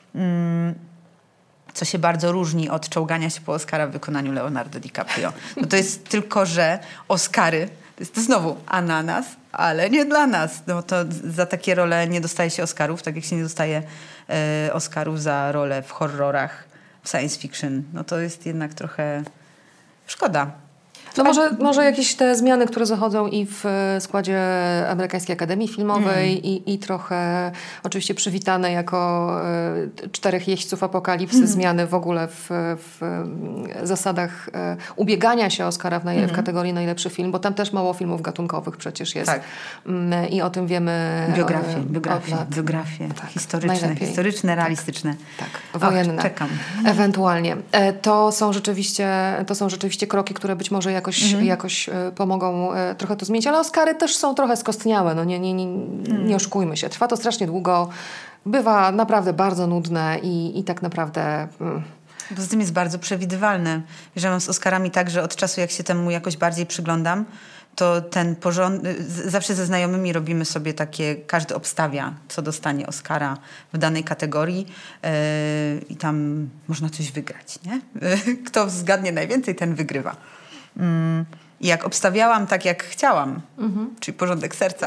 S2: się bardzo różni od czołgania się po Oscara w wykonaniu Leonardo DiCaprio. No to jest tylko, że Oscary, to znowu ananas, ale nie dla nas. No to za takie role nie dostaje się Oscarów, tak jak się nie dostaje Oscarów za role w horrorach, w science fiction. No to jest jednak trochę szkoda.
S1: No może jakieś te zmiany, które zachodzą i w składzie Amerykańskiej Akademii Filmowej i trochę oczywiście przywitane jako 4 jeźdźców apokalipsy, zmiany w ogóle w zasadach ubiegania się o Oscara w kategorii najlepszy film, bo tam też mało filmów gatunkowych przecież jest. Tak. I o tym wiemy.
S2: Biografie. Tak, historyczne, realistyczne.
S1: Tak, wojenne.
S2: Czekam.
S1: Ewentualnie. To są rzeczywiście kroki, które być może jakoś pomogą trochę to zmienić, ale Oscary też są trochę skostniałe, no nie oszukujmy się. Trwa to strasznie długo, bywa naprawdę bardzo nudne i tak naprawdę
S2: Poza tym jest bardzo przewidywalne. Że mam z Oscarami tak, że od czasu jak się temu jakoś bardziej przyglądam, to ten zawsze ze znajomymi robimy sobie takie, każdy obstawia, co dostanie Oscara w danej kategorii i tam można coś wygrać, nie? Kto zgadnie najwięcej, ten wygrywa. I jak obstawiałam tak, jak chciałam, czyli porządek serca,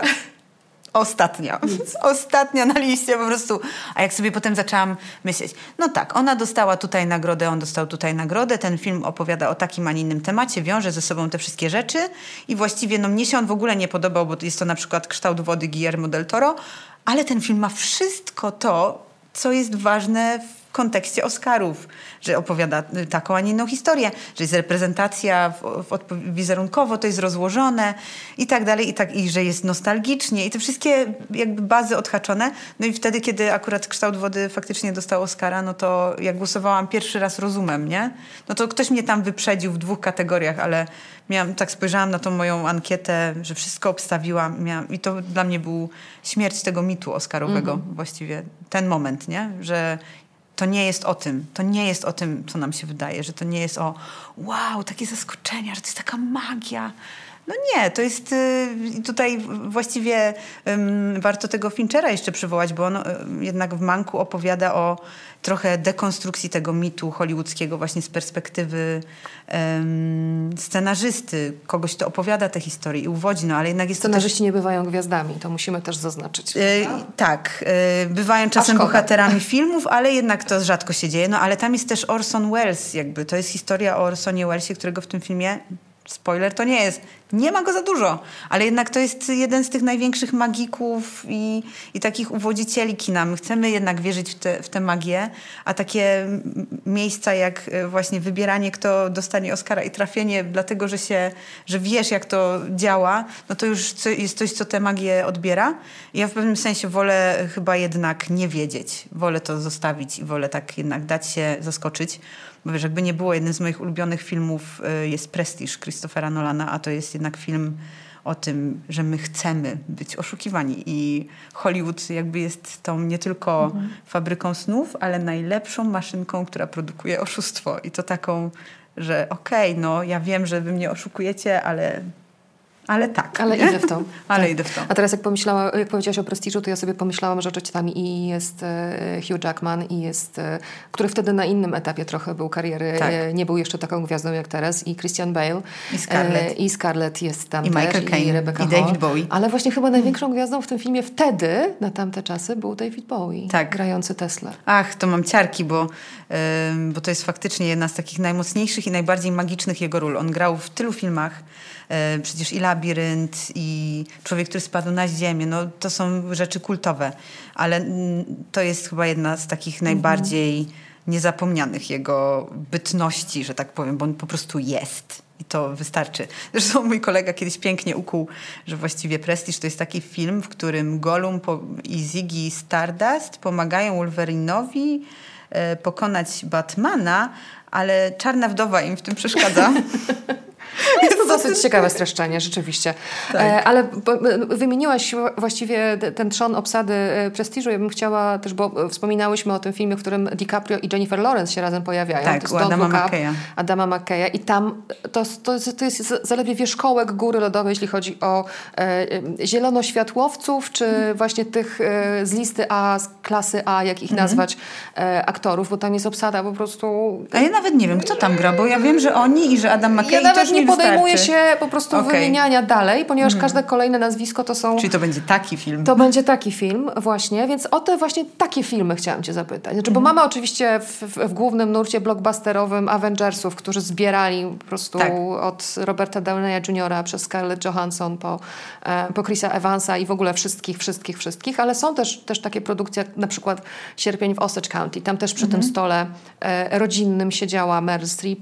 S2: Ostatnia na liście po prostu. A jak sobie potem zaczęłam myśleć, no tak, ona dostała tutaj nagrodę, on dostał tutaj nagrodę, ten film opowiada o takim, a nie innym temacie, wiąże ze sobą te wszystkie rzeczy i właściwie mnie się on w ogóle nie podobał, bo jest to na przykład Kształt wody Guillermo del Toro, ale ten film ma wszystko to, co jest ważne w kontekście Oscarów, że opowiada taką, a nie inną historię, że jest reprezentacja wizerunkowo, to jest rozłożone i tak dalej, i że jest nostalgicznie i te wszystkie jakby bazy odhaczone. No i wtedy, kiedy akurat Kształt wody faktycznie dostał Oscara, no to jak głosowałam pierwszy raz rozumem, nie? No to ktoś mnie tam wyprzedził w 2 kategoriach, ale tak spojrzałam na tą moją ankietę, że wszystko obstawiłam i to dla mnie był śmierć tego mitu oscarowego właściwie. Ten moment, nie? Że to nie jest o tym, co nam się wydaje, że to nie jest o wow, takie zaskoczenia, że to jest taka magia. No nie, to jest tutaj właściwie warto tego Finchera jeszcze przywołać, bo on jednak w Manku opowiada o trochę dekonstrukcji tego mitu hollywoodzkiego właśnie z perspektywy scenarzysty, kogoś, kto opowiada te historie i uwodzi, no ale jednak jest
S1: Scenarzyści
S2: to też...
S1: nie bywają gwiazdami, to musimy też zaznaczyć.
S2: Tak, bywają czasem bohaterami filmów, ale jednak to rzadko się dzieje, no ale tam jest też Orson Welles, jakby to jest historia o Orsonie Wellesie, którego w tym filmie, spoiler, to nie jest. Nie ma go za dużo, ale jednak to jest jeden z tych największych magików i takich uwodzicieli kina. My chcemy jednak wierzyć w tę magię, a takie miejsca jak właśnie wybieranie, kto dostanie Oscara i trafienie, dlatego, że wiesz, jak to działa, no to już jest coś, co tę magię odbiera. I ja w pewnym sensie wolę chyba jednak nie wiedzieć. Wolę to zostawić i wolę tak jednak dać się zaskoczyć. Bo wiesz, jakby nie było, jednym z moich ulubionych filmów jest Prestiż Christophera Nolana, a to jest jednak film o tym, że my chcemy być oszukiwani i Hollywood jakby jest tą nie tylko fabryką snów, ale najlepszą maszynką, która produkuje oszustwo i to taką, że okej, no ja wiem, że wy mnie oszukujecie, ale tak.
S1: Ale idę w to.
S2: Ale
S1: tak.
S2: idę w to.
S1: A teraz jak powiedziałaś o Prestiżu, to ja sobie pomyślałam, że rzeczywiście tam i jest Hugh Jackman, który wtedy na innym etapie trochę był kariery.
S2: Tak.
S1: Nie był jeszcze taką gwiazdą jak teraz. I Christian Bale.
S2: I
S1: Scarlett jest tam
S2: I
S1: też.
S2: Michael Caine.
S1: I Rebecca
S2: I David
S1: Hall.
S2: Bowie.
S1: Ale właśnie chyba największą gwiazdą w tym filmie wtedy, na tamte czasy, był David Bowie.
S2: Tak.
S1: Grający Tesla.
S2: Ach, to mam ciarki, bo to jest faktycznie jedna z takich najmocniejszych i najbardziej magicznych jego ról. On grał w tylu filmach. Przecież i Labirynt, i Człowiek, który spadł na ziemię. No, to są rzeczy kultowe. Ale to jest chyba jedna z takich najbardziej niezapomnianych jego bytności, że tak powiem, bo on po prostu jest. I to wystarczy. Zresztą mój kolega kiedyś pięknie ukuł, że właściwie Prestiż to jest taki film, w którym Gollum i Ziggy Stardust pomagają Wolverinowi pokonać Batmana, ale Czarna Wdowa im w tym przeszkadza.
S1: Jest to dosyć ciekawe streszczenie, rzeczywiście.
S2: Tak.
S1: Ale wymieniłaś właściwie ten trzon obsady Prestiżu. Ja bym chciała też, bo wspominałyśmy o tym filmie, w którym DiCaprio i Jennifer Lawrence się razem pojawiają.
S2: Tak,
S1: to
S2: u
S1: Adama McKeya. I tam to jest zaledwie wierzchołek góry lodowej, jeśli chodzi o zielonoświatłowców, czy właśnie tych z listy A, z klasy A, jak ich nazwać, aktorów, bo tam jest obsada po prostu...
S2: A ja nawet nie wiem, kto tam gra, bo ja wiem, że oni i że Adam McKay.
S1: Ja nawet nie podejmuję
S2: wystarczy.
S1: się po prostu wymieniania dalej, ponieważ każde kolejne nazwisko to są...
S2: Czyli to będzie taki film.
S1: To będzie taki film właśnie, więc o te właśnie takie filmy chciałam cię zapytać. Znaczy, bo mamy oczywiście w głównym nurcie blockbusterowym Avengersów, którzy zbierali po prostu od Roberta Downeya Jr. przez Scarlett Johansson po Chrisa Evansa i w ogóle wszystkich, ale są też takie produkcje, jak na przykład Sierpień w Osage County. Tam też przy tym stole rodzinnym siedziała Meryl Streep.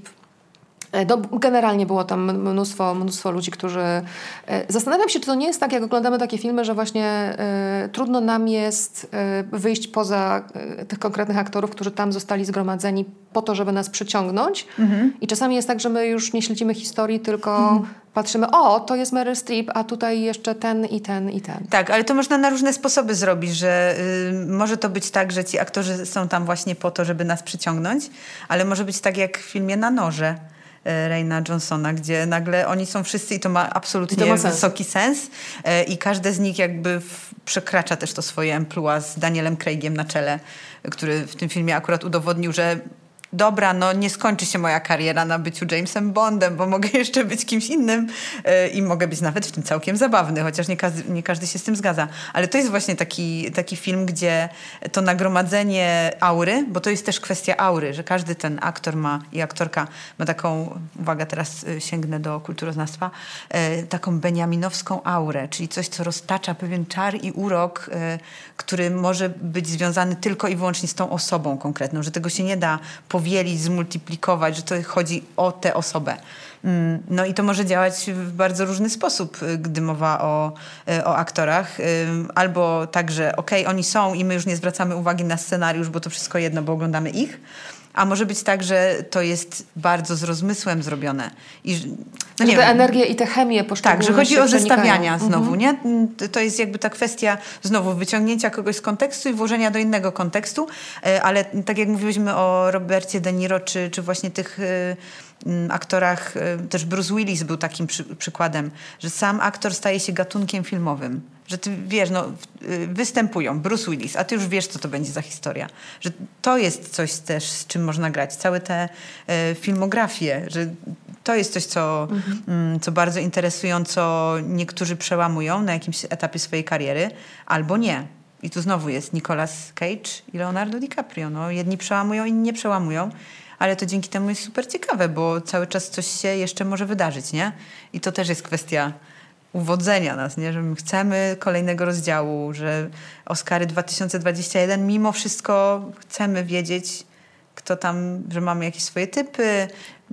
S1: Generalnie było tam mnóstwo ludzi, którzy... Zastanawiam się, czy to nie jest tak, jak oglądamy takie filmy, że właśnie trudno nam jest wyjść poza tych konkretnych aktorów, którzy tam zostali zgromadzeni po to, żeby nas przyciągnąć. I czasami jest tak, że my już nie śledzimy historii, tylko patrzymy, to jest Meryl Streep, a tutaj jeszcze ten i ten i ten.
S2: Tak, ale to można na różne sposoby zrobić, że może to być tak, że ci aktorzy są tam właśnie po to, żeby nas przyciągnąć, ale może być tak jak w filmie Na noże Rayna Johnsona, gdzie nagle oni są wszyscy i to ma absolutnie wysoki sens i każde z nich jakby przekracza też to swoje emploi z Danielem Craigiem na czele, który w tym filmie akurat udowodnił, że dobra, no nie skończy się moja kariera na byciu Jamesem Bondem, bo mogę jeszcze być kimś innym i mogę być nawet w tym całkiem zabawny, chociaż nie każdy się z tym zgadza. Ale to jest właśnie taki film, gdzie to nagromadzenie aury, bo to jest też kwestia aury, że każdy ten aktor i aktorka ma taką, uwaga, teraz sięgnę do kulturoznawstwa, taką beniaminowską aurę, czyli coś, co roztacza pewien czar i urok, który może być związany tylko i wyłącznie z tą osobą konkretną, że tego się nie da powielić, zmultiplikować, że to chodzi o tę osobę. No i to może działać w bardzo różny sposób, gdy mowa o aktorach. Albo tak, że oni są i my już nie zwracamy uwagi na scenariusz, bo to wszystko jedno, bo oglądamy ich. A może być tak, że to jest bardzo z rozmysłem zrobione. I,
S1: no nie, te energię i te chemię poszczególne.
S2: Tak, że chodzi o zestawiania znowu, nie? To jest jakby ta kwestia znowu wyciągnięcia kogoś z kontekstu i włożenia do innego kontekstu, ale tak jak mówiliśmy o Robercie De Niro, czy właśnie tych aktorach, też Bruce Willis był takim przykładem, że sam aktor staje się gatunkiem filmowym. Że ty wiesz, występują Bruce Willis, a ty już wiesz, co to będzie za historia. Że to jest coś też, z czym można grać. Całe te filmografie, że to jest coś, co bardzo interesująco niektórzy przełamują na jakimś etapie swojej kariery, albo nie. I tu znowu jest Nicolas Cage i Leonardo DiCaprio. No, jedni przełamują, inni nie przełamują. Ale to dzięki temu jest super ciekawe, bo cały czas coś się jeszcze może wydarzyć, nie? I to też jest kwestia uwodzenia nas, nie? Że my chcemy kolejnego rozdziału, że Oscary 2021 mimo wszystko chcemy wiedzieć, kto tam, że mamy jakieś swoje typy.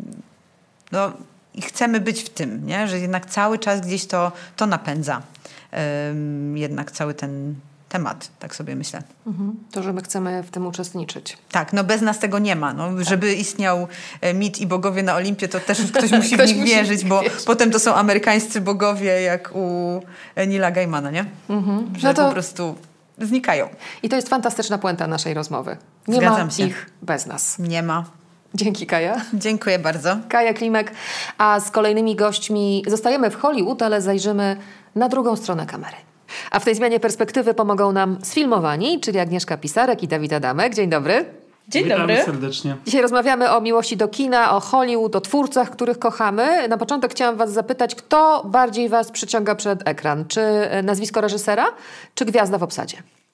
S2: No i chcemy być w tym, nie? Że jednak cały czas gdzieś to napędza. Jednak cały ten temat, tak sobie myślę.
S1: To, że my chcemy w tym uczestniczyć.
S2: Tak, no bez nas tego nie ma. No, tak. Żeby istniał mit i bogowie na Olimpie, to też ktoś musi w nich wierzyć, bo potem to są amerykańscy bogowie, jak u Neila Gaimana, nie? Że po prostu znikają.
S1: I to jest fantastyczna puenta naszej rozmowy.
S2: Zgadzam się.
S1: Ich bez nas.
S2: Nie ma.
S1: Dzięki, Kaja.
S2: Dziękuję bardzo.
S1: Kaja Klimek, a z kolejnymi gośćmi zostajemy w Hollywood, ale zajrzymy na drugą stronę kamery. A w tej zmianie perspektywy pomogą nam sfilmowani, czyli Agnieszka Pisarek i Dawid Adamek. Dzień dobry.
S3: Dzień dobry.
S4: Witamy serdecznie.
S1: Dzisiaj rozmawiamy o miłości do kina, o Hollywood, o twórcach, których kochamy. Na początek chciałam was zapytać, kto bardziej was przyciąga przed ekran? Czy nazwisko reżysera, czy gwiazda w obsadzie?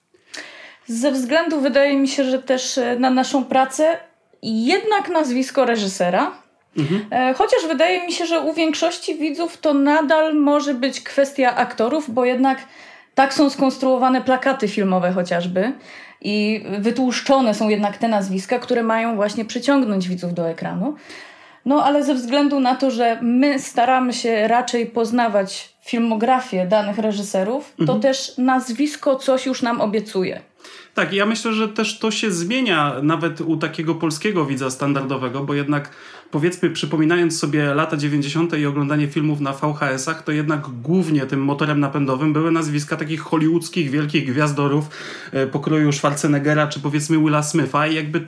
S3: Ze względu, wydaje mi się, że też na naszą pracę jednak nazwisko reżysera. Chociaż wydaje mi się, że u większości widzów to nadal może być kwestia aktorów, bo jednak tak są skonstruowane plakaty filmowe chociażby i wytłuszczone są jednak te nazwiska, które mają właśnie przyciągnąć widzów do ekranu. No ale ze względu na to, że my staramy się raczej poznawać filmografię danych reżyserów, to też nazwisko coś już nam obiecuje.
S4: Tak, ja myślę, że też to się zmienia nawet u takiego polskiego widza standardowego, bo jednak powiedzmy, przypominając sobie lata 90. i oglądanie filmów na VHS-ach, to jednak głównie tym motorem napędowym były nazwiska takich hollywoodzkich wielkich gwiazdorów pokroju Schwarzeneggera czy powiedzmy Willa Smitha i jakby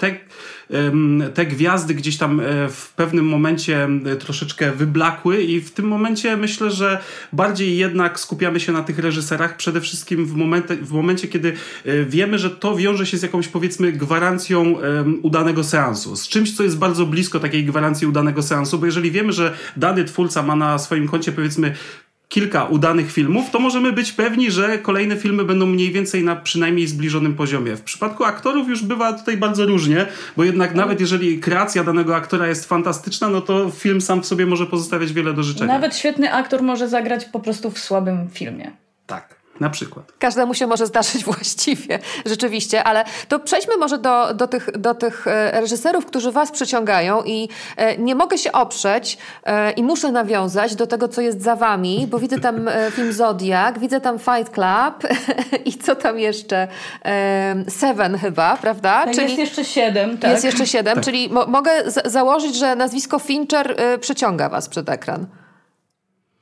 S4: te gwiazdy gdzieś tam w pewnym momencie troszeczkę wyblakły i w tym momencie myślę, że bardziej jednak skupiamy się na tych reżyserach, przede wszystkim w momencie, kiedy wiemy, że to wiąże się z jakąś powiedzmy gwarancją udanego seansu, z czymś, co jest bardzo blisko takiej gwarancji udanego seansu, bo jeżeli wiemy, że dany twórca ma na swoim koncie powiedzmy kilka udanych filmów, to możemy być pewni, że kolejne filmy będą mniej więcej na przynajmniej zbliżonym poziomie. W przypadku aktorów już bywa tutaj bardzo różnie, bo jednak nawet jeżeli kreacja danego aktora jest fantastyczna, no to film sam w sobie może pozostawiać wiele do życzenia.
S3: Nawet świetny aktor może zagrać po prostu w słabym filmie.
S4: Tak. Na przykład.
S1: Każdemu się może zdarzyć właściwie, rzeczywiście, ale to przejdźmy może do tych reżyserów, którzy was przyciągają i nie mogę się oprzeć i muszę nawiązać do tego, co jest za wami, bo widzę tam film Zodiak, widzę tam Fight Club i co tam jeszcze? Seven chyba, prawda?
S3: Tak, czyli jest jeszcze 7. Tak.
S1: Jest jeszcze 7,
S4: tak.
S1: Czyli mogę założyć, że nazwisko Fincher przyciąga was przed ekran.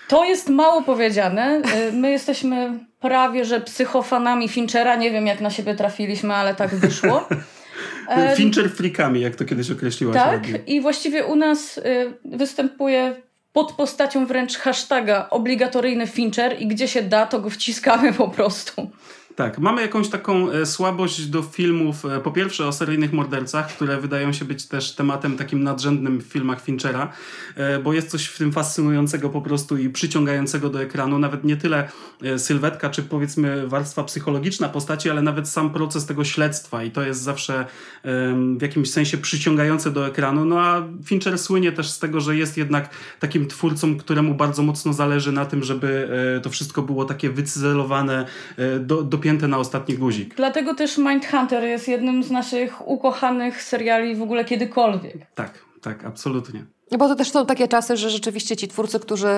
S3: To jest mało powiedziane. My jesteśmy prawie że psychofanami Finchera. Nie wiem, jak na siebie trafiliśmy, ale tak wyszło.
S4: Fincher freakami, jak to kiedyś określiłaś.
S3: Tak, i właściwie u nas występuje pod postacią wręcz hashtaga obligatoryjny Fincher i gdzie się da, to go wciskamy po prostu.
S4: Tak, mamy jakąś taką słabość do filmów, po pierwsze o seryjnych mordercach, które wydają się być też tematem takim nadrzędnym w filmach Finchera, bo jest coś w tym fascynującego po prostu i przyciągającego do ekranu, nawet nie tyle sylwetka, czy powiedzmy warstwa psychologiczna postaci, ale nawet sam proces tego śledztwa i to jest zawsze w jakimś sensie przyciągające do ekranu, no a Fincher słynie też z tego, że jest jednak takim twórcą, któremu bardzo mocno zależy na tym, żeby to wszystko było takie wycyzelowane, dopięte na ostatni guzik.
S3: Dlatego też Mindhunter jest jednym z naszych ukochanych seriali w ogóle kiedykolwiek.
S4: Tak, absolutnie.
S1: Bo to też są takie czasy, że rzeczywiście ci twórcy, którzy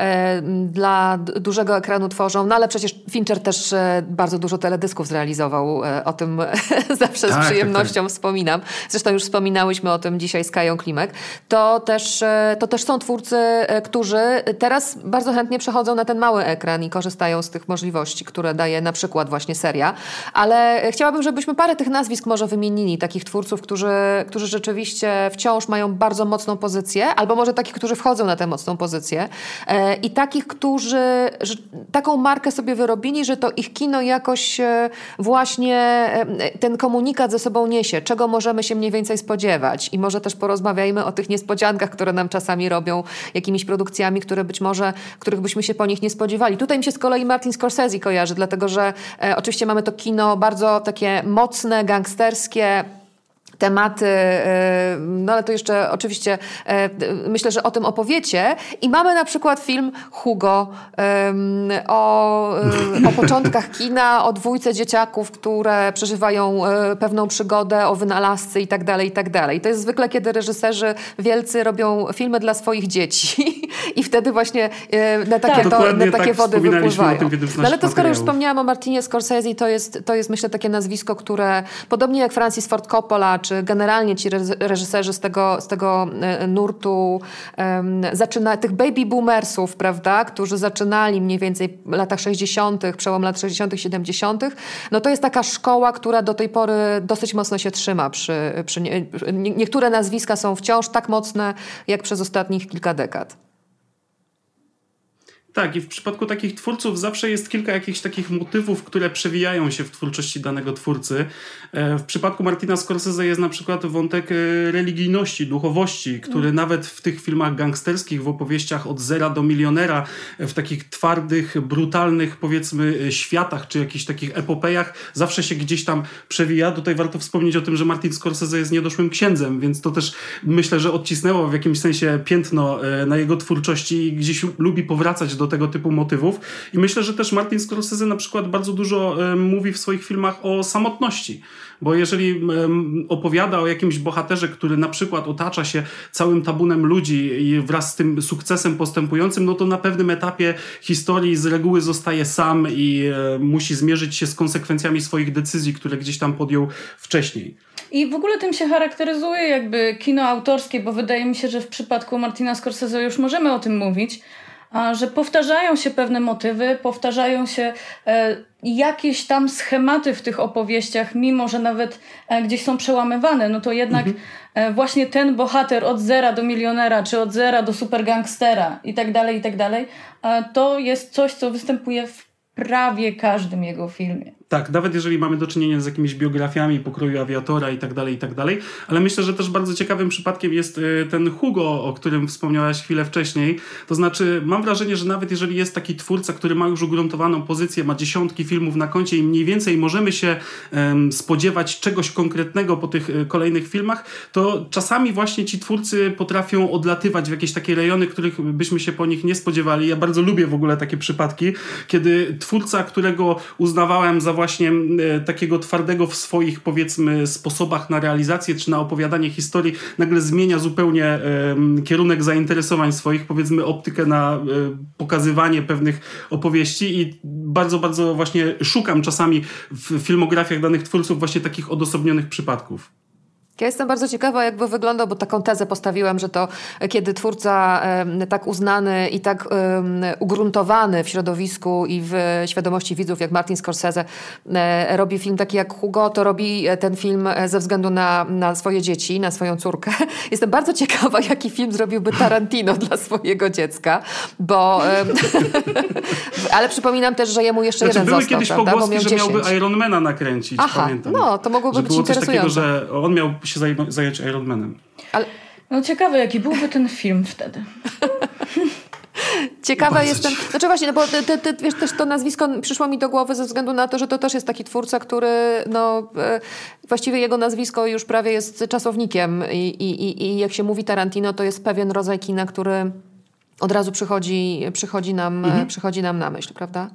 S1: dla dużego ekranu tworzą, no ale przecież Fincher też bardzo dużo teledysków zrealizował, o tym zawsze z przyjemnością wspominam. Zresztą już wspominałyśmy o tym dzisiaj z Kają Klimek. To też są twórcy, którzy teraz bardzo chętnie przechodzą na ten mały ekran i korzystają z tych możliwości, które daje na przykład właśnie seria. Ale chciałabym, żebyśmy parę tych nazwisk może wymienili, takich twórców, którzy rzeczywiście wciąż mają bardzo mocną pozycję, albo może takich, którzy wchodzą na tę mocną pozycję i takich, którzy taką markę sobie wyrobili, że to ich kino jakoś właśnie ten komunikat ze sobą niesie, czego możemy się mniej więcej spodziewać i może też porozmawiajmy o tych niespodziankach, które nam czasami robią, jakimiś produkcjami, których byśmy się po nich nie spodziewali. Tutaj mi się z kolei Martin Scorsese kojarzy, dlatego że oczywiście mamy to kino bardzo takie mocne, gangsterskie, tematy, no ale to jeszcze oczywiście myślę, że o tym opowiecie. I mamy na przykład film Hugo o początkach kina, o dwójce dzieciaków, które przeżywają pewną przygodę, o wynalazcy i tak dalej, i tak dalej. To jest zwykle, kiedy reżyserzy wielcy robią filmy dla swoich dzieci i wtedy właśnie na takie wody wypływają. No ale to skoro już wspomniałam o Martinie Scorsese, to jest myślę takie nazwisko, które podobnie jak Francis Ford Coppola, czy generalnie ci reżyserzy z tego nurtu tych baby boomersów, prawda, którzy zaczynali mniej więcej w latach 60., przełom lat 60., 70., no to jest taka szkoła, która do tej pory dosyć mocno się trzyma. Niektóre nazwiska są wciąż tak mocne, jak przez ostatnich kilka dekad.
S4: Tak, i w przypadku takich twórców zawsze jest kilka jakichś takich motywów, które przewijają się w twórczości danego twórcy. W przypadku Martina Scorsese jest na przykład wątek religijności, duchowości, który nawet w tych filmach gangsterskich, w opowieściach od zera do milionera, w takich twardych, brutalnych, powiedzmy, światach, czy jakichś takich epopejach, zawsze się gdzieś tam przewija. Tutaj warto wspomnieć o tym, że Martin Scorsese jest niedoszłym księdzem, więc to też myślę, że odcisnęło w jakimś sensie piętno na jego twórczości i gdzieś lubi powracać do tego typu motywów. I myślę, że też Martin Scorsese na przykład bardzo dużo mówi w swoich filmach o samotności. Bo jeżeli opowiada o jakimś bohaterze, który na przykład otacza się całym tabunem ludzi i wraz z tym sukcesem postępującym, no to na pewnym etapie historii z reguły zostaje sam i musi zmierzyć się z konsekwencjami swoich decyzji, które gdzieś tam podjął wcześniej.
S3: I w ogóle tym się charakteryzuje jakby kino autorskie, bo wydaje mi się, że w przypadku Martina Scorsese już możemy o tym mówić, że powtarzają się pewne motywy, powtarzają się jakieś tam schematy w tych opowieściach, mimo że nawet gdzieś są przełamywane, no to jednak właśnie ten bohater od zera do milionera, czy od zera do supergangstera i tak dalej, to jest coś, co występuje w prawie każdym jego filmie.
S4: Tak, nawet jeżeli mamy do czynienia z jakimiś biografiami pokroju Awiatora i tak dalej, ale myślę, że też bardzo ciekawym przypadkiem jest ten Hugo, o którym wspomniałaś chwilę wcześniej. To znaczy, mam wrażenie, że nawet jeżeli jest taki twórca, który ma już ugruntowaną pozycję, ma dziesiątki filmów na koncie i mniej więcej możemy się spodziewać czegoś konkretnego po tych kolejnych filmach, to czasami właśnie ci twórcy potrafią odlatywać w jakieś takie rejony, których byśmy się po nich nie spodziewali. Ja bardzo lubię w ogóle takie przypadki, kiedy twórca, którego uznawałem za właśnie takiego twardego w swoich, powiedzmy, sposobach na realizację czy na opowiadanie historii, nagle zmienia zupełnie kierunek zainteresowań swoich, powiedzmy, optykę na pokazywanie pewnych opowieści i bardzo, bardzo właśnie szukam czasami w filmografiach danych twórców właśnie takich odosobnionych przypadków.
S1: Ja jestem bardzo ciekawa, jakby wyglądał, bo taką tezę postawiłam, że to kiedy twórca tak uznany i tak ugruntowany w środowisku i w świadomości widzów, jak Martin Scorsese, robi film taki jak Hugo, to robi ten film ze względu na swoje dzieci, na swoją córkę. Jestem bardzo ciekawa, jaki film zrobiłby Tarantino dla swojego dziecka, bo... ale przypominam też, że jemu jeszcze jeden
S4: były
S1: został,
S4: kiedyś
S1: prawda?
S4: pogłoski, że miałby Ironmana nakręcić, pamiętam.
S1: No, to mogłoby być interesujące.
S4: Takiego, że on miał się zająć Ironmanem.
S1: Ale...
S3: No ciekawe, jaki byłby ten film wtedy.
S1: Ciekawa jestem, znaczy właśnie, no bo wiesz, też to nazwisko przyszło mi do głowy ze względu na to, że to też jest taki twórca, który właściwie jego nazwisko już prawie jest czasownikiem i jak się mówi Tarantino, to jest pewien rodzaj kina, który od razu przychodzi nam na myśl, prawda?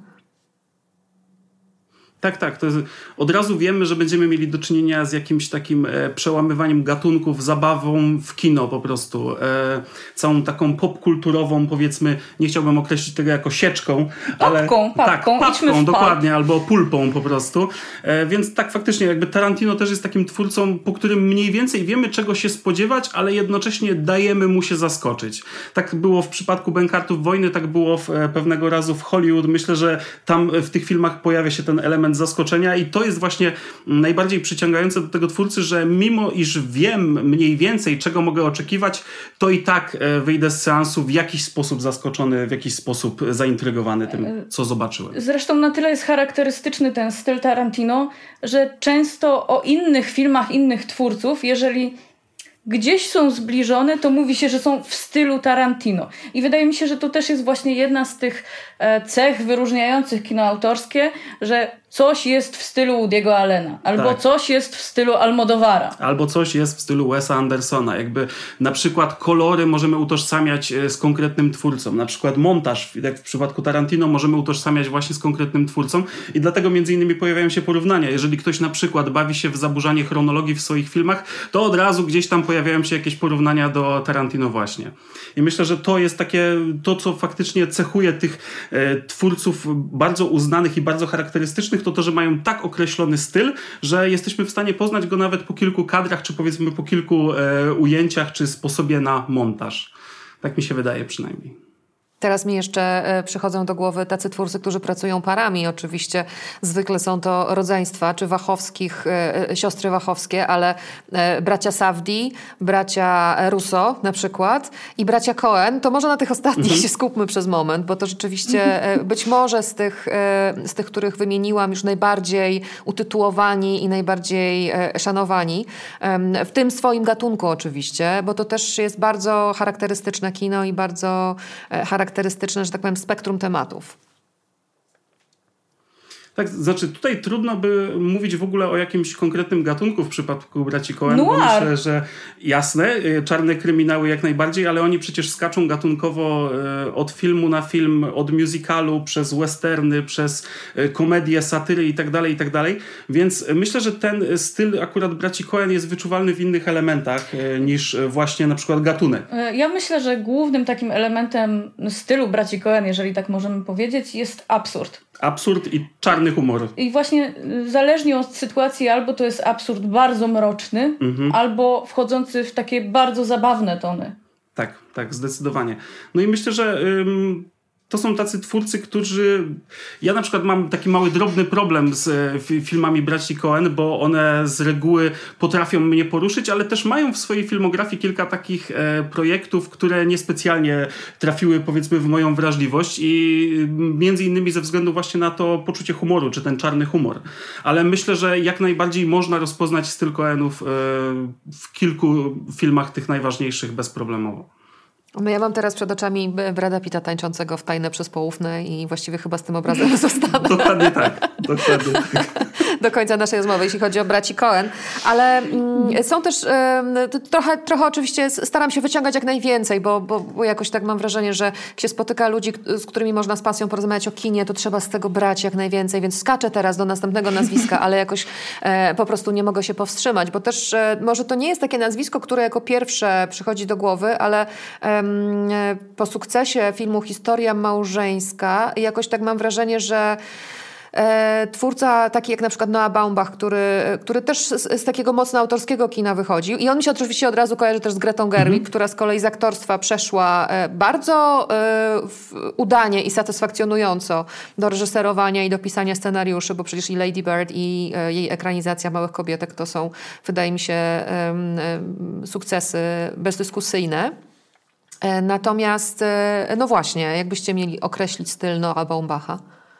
S4: Tak. To jest, od razu wiemy, że będziemy mieli do czynienia z jakimś takim przełamywaniem gatunków, zabawą w kino po prostu. Całą taką popkulturową, powiedzmy, nie chciałbym określić tego jako sieczką, ale... Papką, dokładnie, albo pulpą po prostu. Więc tak faktycznie, jakby Tarantino też jest takim twórcą, po którym mniej więcej wiemy, czego się spodziewać, ale jednocześnie dajemy mu się zaskoczyć. Tak było w przypadku Bankartów Wojny, tak było pewnego razu w Hollywood. Myślę, że tam w tych filmach pojawia się ten element zaskoczenia i to jest właśnie najbardziej przyciągające do tego twórcy, że mimo iż wiem mniej więcej, czego mogę oczekiwać, to i tak wyjdę z seansu w jakiś sposób zaskoczony, w jakiś sposób zaintrygowany tym, co zobaczyłem.
S3: Zresztą na tyle jest charakterystyczny ten styl Tarantino, że często o innych filmach, innych twórców, jeżeli gdzieś są zbliżone, to mówi się, że są w stylu Tarantino. I wydaje mi się, że to też jest właśnie jedna z tych cech wyróżniających kino autorskie, że coś jest w stylu Woody'ego Allena, albo coś jest w stylu Almodovara.
S4: Albo coś jest w stylu Wesa Andersona. Jakby na przykład kolory możemy utożsamiać z konkretnym twórcą. Na przykład montaż, jak w przypadku Tarantino, możemy utożsamiać właśnie z konkretnym twórcą i dlatego między innymi pojawiają się porównania. Jeżeli ktoś na przykład bawi się w zaburzanie chronologii w swoich filmach, to od razu gdzieś tam pojawiają się jakieś porównania do Tarantino właśnie. I myślę, że to jest to, co faktycznie cechuje tych twórców bardzo uznanych i bardzo charakterystycznych, to, że mają tak określony styl, że jesteśmy w stanie poznać go nawet po kilku kadrach, czy powiedzmy po kilku ujęciach, czy sposobie na montaż. Tak mi się wydaje przynajmniej.
S1: Teraz mi jeszcze przychodzą do głowy tacy twórcy, którzy pracują parami. Oczywiście zwykle są to rodzeństwa, czy Wachowskich, siostry Wachowskie, ale bracia Safdie, bracia Russo na przykład i bracia Coen. To może na tych ostatnich się skupmy przez moment, bo to rzeczywiście być może z tych, których wymieniłam, już najbardziej utytułowani i najbardziej szanowani. W tym swoim gatunku oczywiście, bo to też jest bardzo charakterystyczne kino i bardzo charakterystyczne, że tak powiem, spektrum tematów. Tak, znaczy tutaj trudno by mówić w ogóle o jakimś konkretnym gatunku w przypadku braci Coen, bo myślę, że jasne, czarne kryminały jak najbardziej, ale oni przecież skaczą gatunkowo od filmu na film, od musicalu, przez westerny, przez komedię, satyry i tak dalej, więc myślę, że ten styl akurat braci Coen jest wyczuwalny w innych elementach niż właśnie na przykład gatunek.
S3: Ja myślę, że głównym takim elementem stylu braci Coen, jeżeli tak możemy powiedzieć, jest absurd.
S4: Absurd i czarny humor.
S3: I właśnie zależnie od sytuacji albo to jest absurd bardzo mroczny, albo wchodzący w takie bardzo zabawne tony.
S4: Tak, zdecydowanie. No i myślę, że to są tacy twórcy, którzy... Ja na przykład mam taki mały, drobny problem z filmami braci Coen, bo one z reguły potrafią mnie poruszyć, ale też mają w swojej filmografii kilka takich projektów, które niespecjalnie trafiły, powiedzmy, w moją wrażliwość i między innymi ze względu właśnie na to poczucie humoru, czy ten czarny humor. Ale myślę, że jak najbardziej można rozpoznać styl Coenów w kilku filmach tych najważniejszych bezproblemowo.
S1: Ja mam teraz przed oczami Brada Pitta tańczącego w Tajne przez poufne i właściwie chyba z tym obrazem zostanę.
S4: Dokładnie tak.
S1: Do końca naszej rozmowy, jeśli chodzi o braci Coen. Ale są też trochę oczywiście staram się wyciągać jak najwięcej, bo jakoś tak mam wrażenie, że jak się spotyka ludzi, z którymi można z pasją porozmawiać o kinie, to trzeba z tego brać jak najwięcej, więc skaczę teraz do następnego nazwiska, ale jakoś po prostu nie mogę się powstrzymać, bo też może to nie jest takie nazwisko, które jako pierwsze przychodzi do głowy, ale po sukcesie filmu Historia małżeńska jakoś tak mam wrażenie, że twórca taki jak na przykład Noah Baumbach, który też z takiego mocno autorskiego kina wychodził. I on mi się oczywiście od razu kojarzy też z Gretą Gerwig, która z kolei z aktorstwa przeszła bardzo udanie i satysfakcjonująco do reżyserowania i do pisania scenariuszy, bo przecież i Lady Bird i jej ekranizacja Małych Kobietek to są, wydaje mi się, sukcesy bezdyskusyjne. Natomiast, no właśnie, jakbyście mieli określić styl Noah Baumbacha?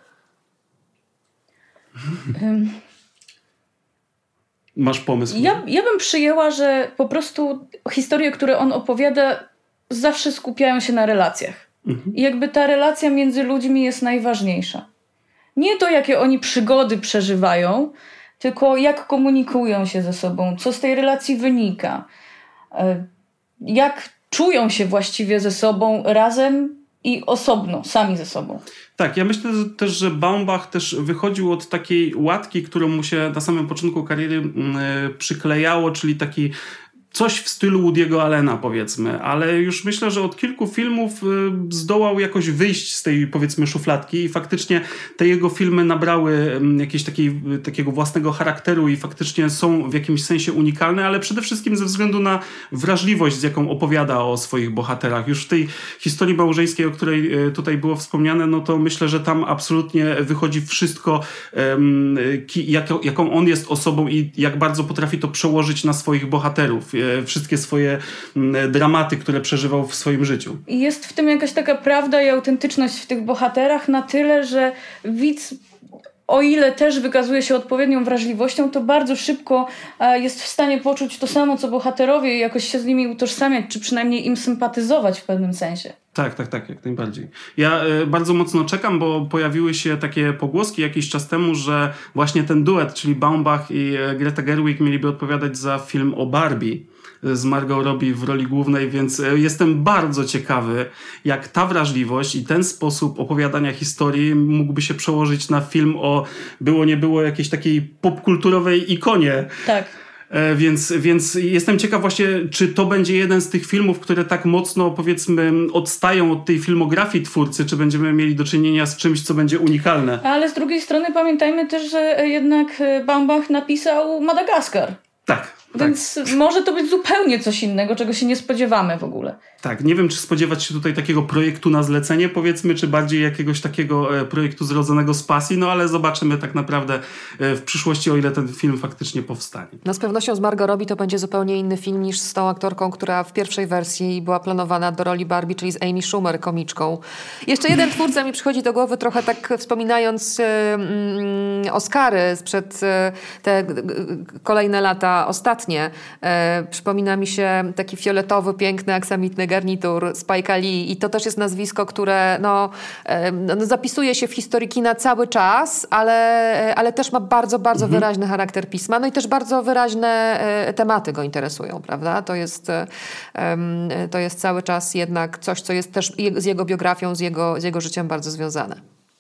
S4: Masz pomysł?
S3: Ja bym przyjęła, że po prostu historie, które on opowiada, zawsze skupiają się na relacjach. I jakby ta relacja między ludźmi jest najważniejsza. Nie to, jakie oni przygody przeżywają, tylko jak komunikują się ze sobą, co z tej relacji wynika, jak czują się właściwie ze sobą razem i osobno, sami ze sobą.
S4: Tak, ja myślę też, że Baumbach też wychodził od takiej łatki, którą mu się na samym początku kariery przyklejało, czyli taki coś w stylu Woody'ego Allena, powiedzmy, ale już myślę, że od kilku filmów zdołał jakoś wyjść z tej, powiedzmy, szufladki i faktycznie te jego filmy nabrały jakiegoś takiego własnego charakteru i faktycznie są w jakimś sensie unikalne, ale przede wszystkim ze względu na wrażliwość, z jaką opowiada o swoich bohaterach. Już w tej historii małżeńskiej, o której tutaj było wspomniane, no to myślę, że tam absolutnie wychodzi wszystko, jaką on jest osobą i jak bardzo potrafi to przełożyć na swoich bohaterów. Wszystkie swoje dramaty, które przeżywał w swoim życiu.
S3: I jest w tym jakaś taka prawda i autentyczność w tych bohaterach na tyle, że widz, o ile też wykazuje się odpowiednią wrażliwością, to bardzo szybko jest w stanie poczuć to samo, co bohaterowie i jakoś się z nimi utożsamiać, czy przynajmniej im sympatyzować w pewnym sensie. Tak,
S4: jak najbardziej. Ja bardzo mocno czekam, bo pojawiły się takie pogłoski jakiś czas temu, że właśnie ten duet, czyli Baumbach i Greta Gerwig mieliby odpowiadać za film o Barbie z Margot Robbie w roli głównej, więc jestem bardzo ciekawy, jak ta wrażliwość i ten sposób opowiadania historii mógłby się przełożyć na film o było nie było jakiejś takiej popkulturowej ikonie.
S3: Tak.
S4: Więc jestem ciekaw właśnie, czy to będzie jeden z tych filmów, które tak mocno, powiedzmy, odstają od tej filmografii twórcy, czy będziemy mieli do czynienia z czymś, co będzie unikalne.
S3: Ale z drugiej strony pamiętajmy też, że jednak Baumbach napisał Madagaskar.
S4: Tak.
S3: Więc może to być zupełnie coś innego, czego się nie spodziewamy w ogóle.
S4: Tak, nie wiem, czy spodziewać się tutaj takiego projektu na zlecenie, powiedzmy, czy bardziej jakiegoś takiego projektu zrodzonego z pasji, no ale zobaczymy tak naprawdę w przyszłości, o ile ten film faktycznie powstanie.
S1: No z pewnością z Margot Robbie to będzie zupełnie inny film niż z tą aktorką, która w pierwszej wersji była planowana do roli Barbie, czyli z Amy Schumer, komiczką. Jeszcze jeden twórca mi przychodzi do głowy, trochę tak wspominając Oscary sprzed te kolejne lata ostatnie. Przypomina mi się taki fioletowy, piękny, aksamitny garnitur Spike'a Lee i to też jest nazwisko, które zapisuje się w historii kina cały czas, ale też ma bardzo, bardzo wyraźny charakter pisma. No i też bardzo wyraźne tematy go interesują, prawda? To jest cały czas jednak coś, co jest też z jego biografią, z jego życiem bardzo związane.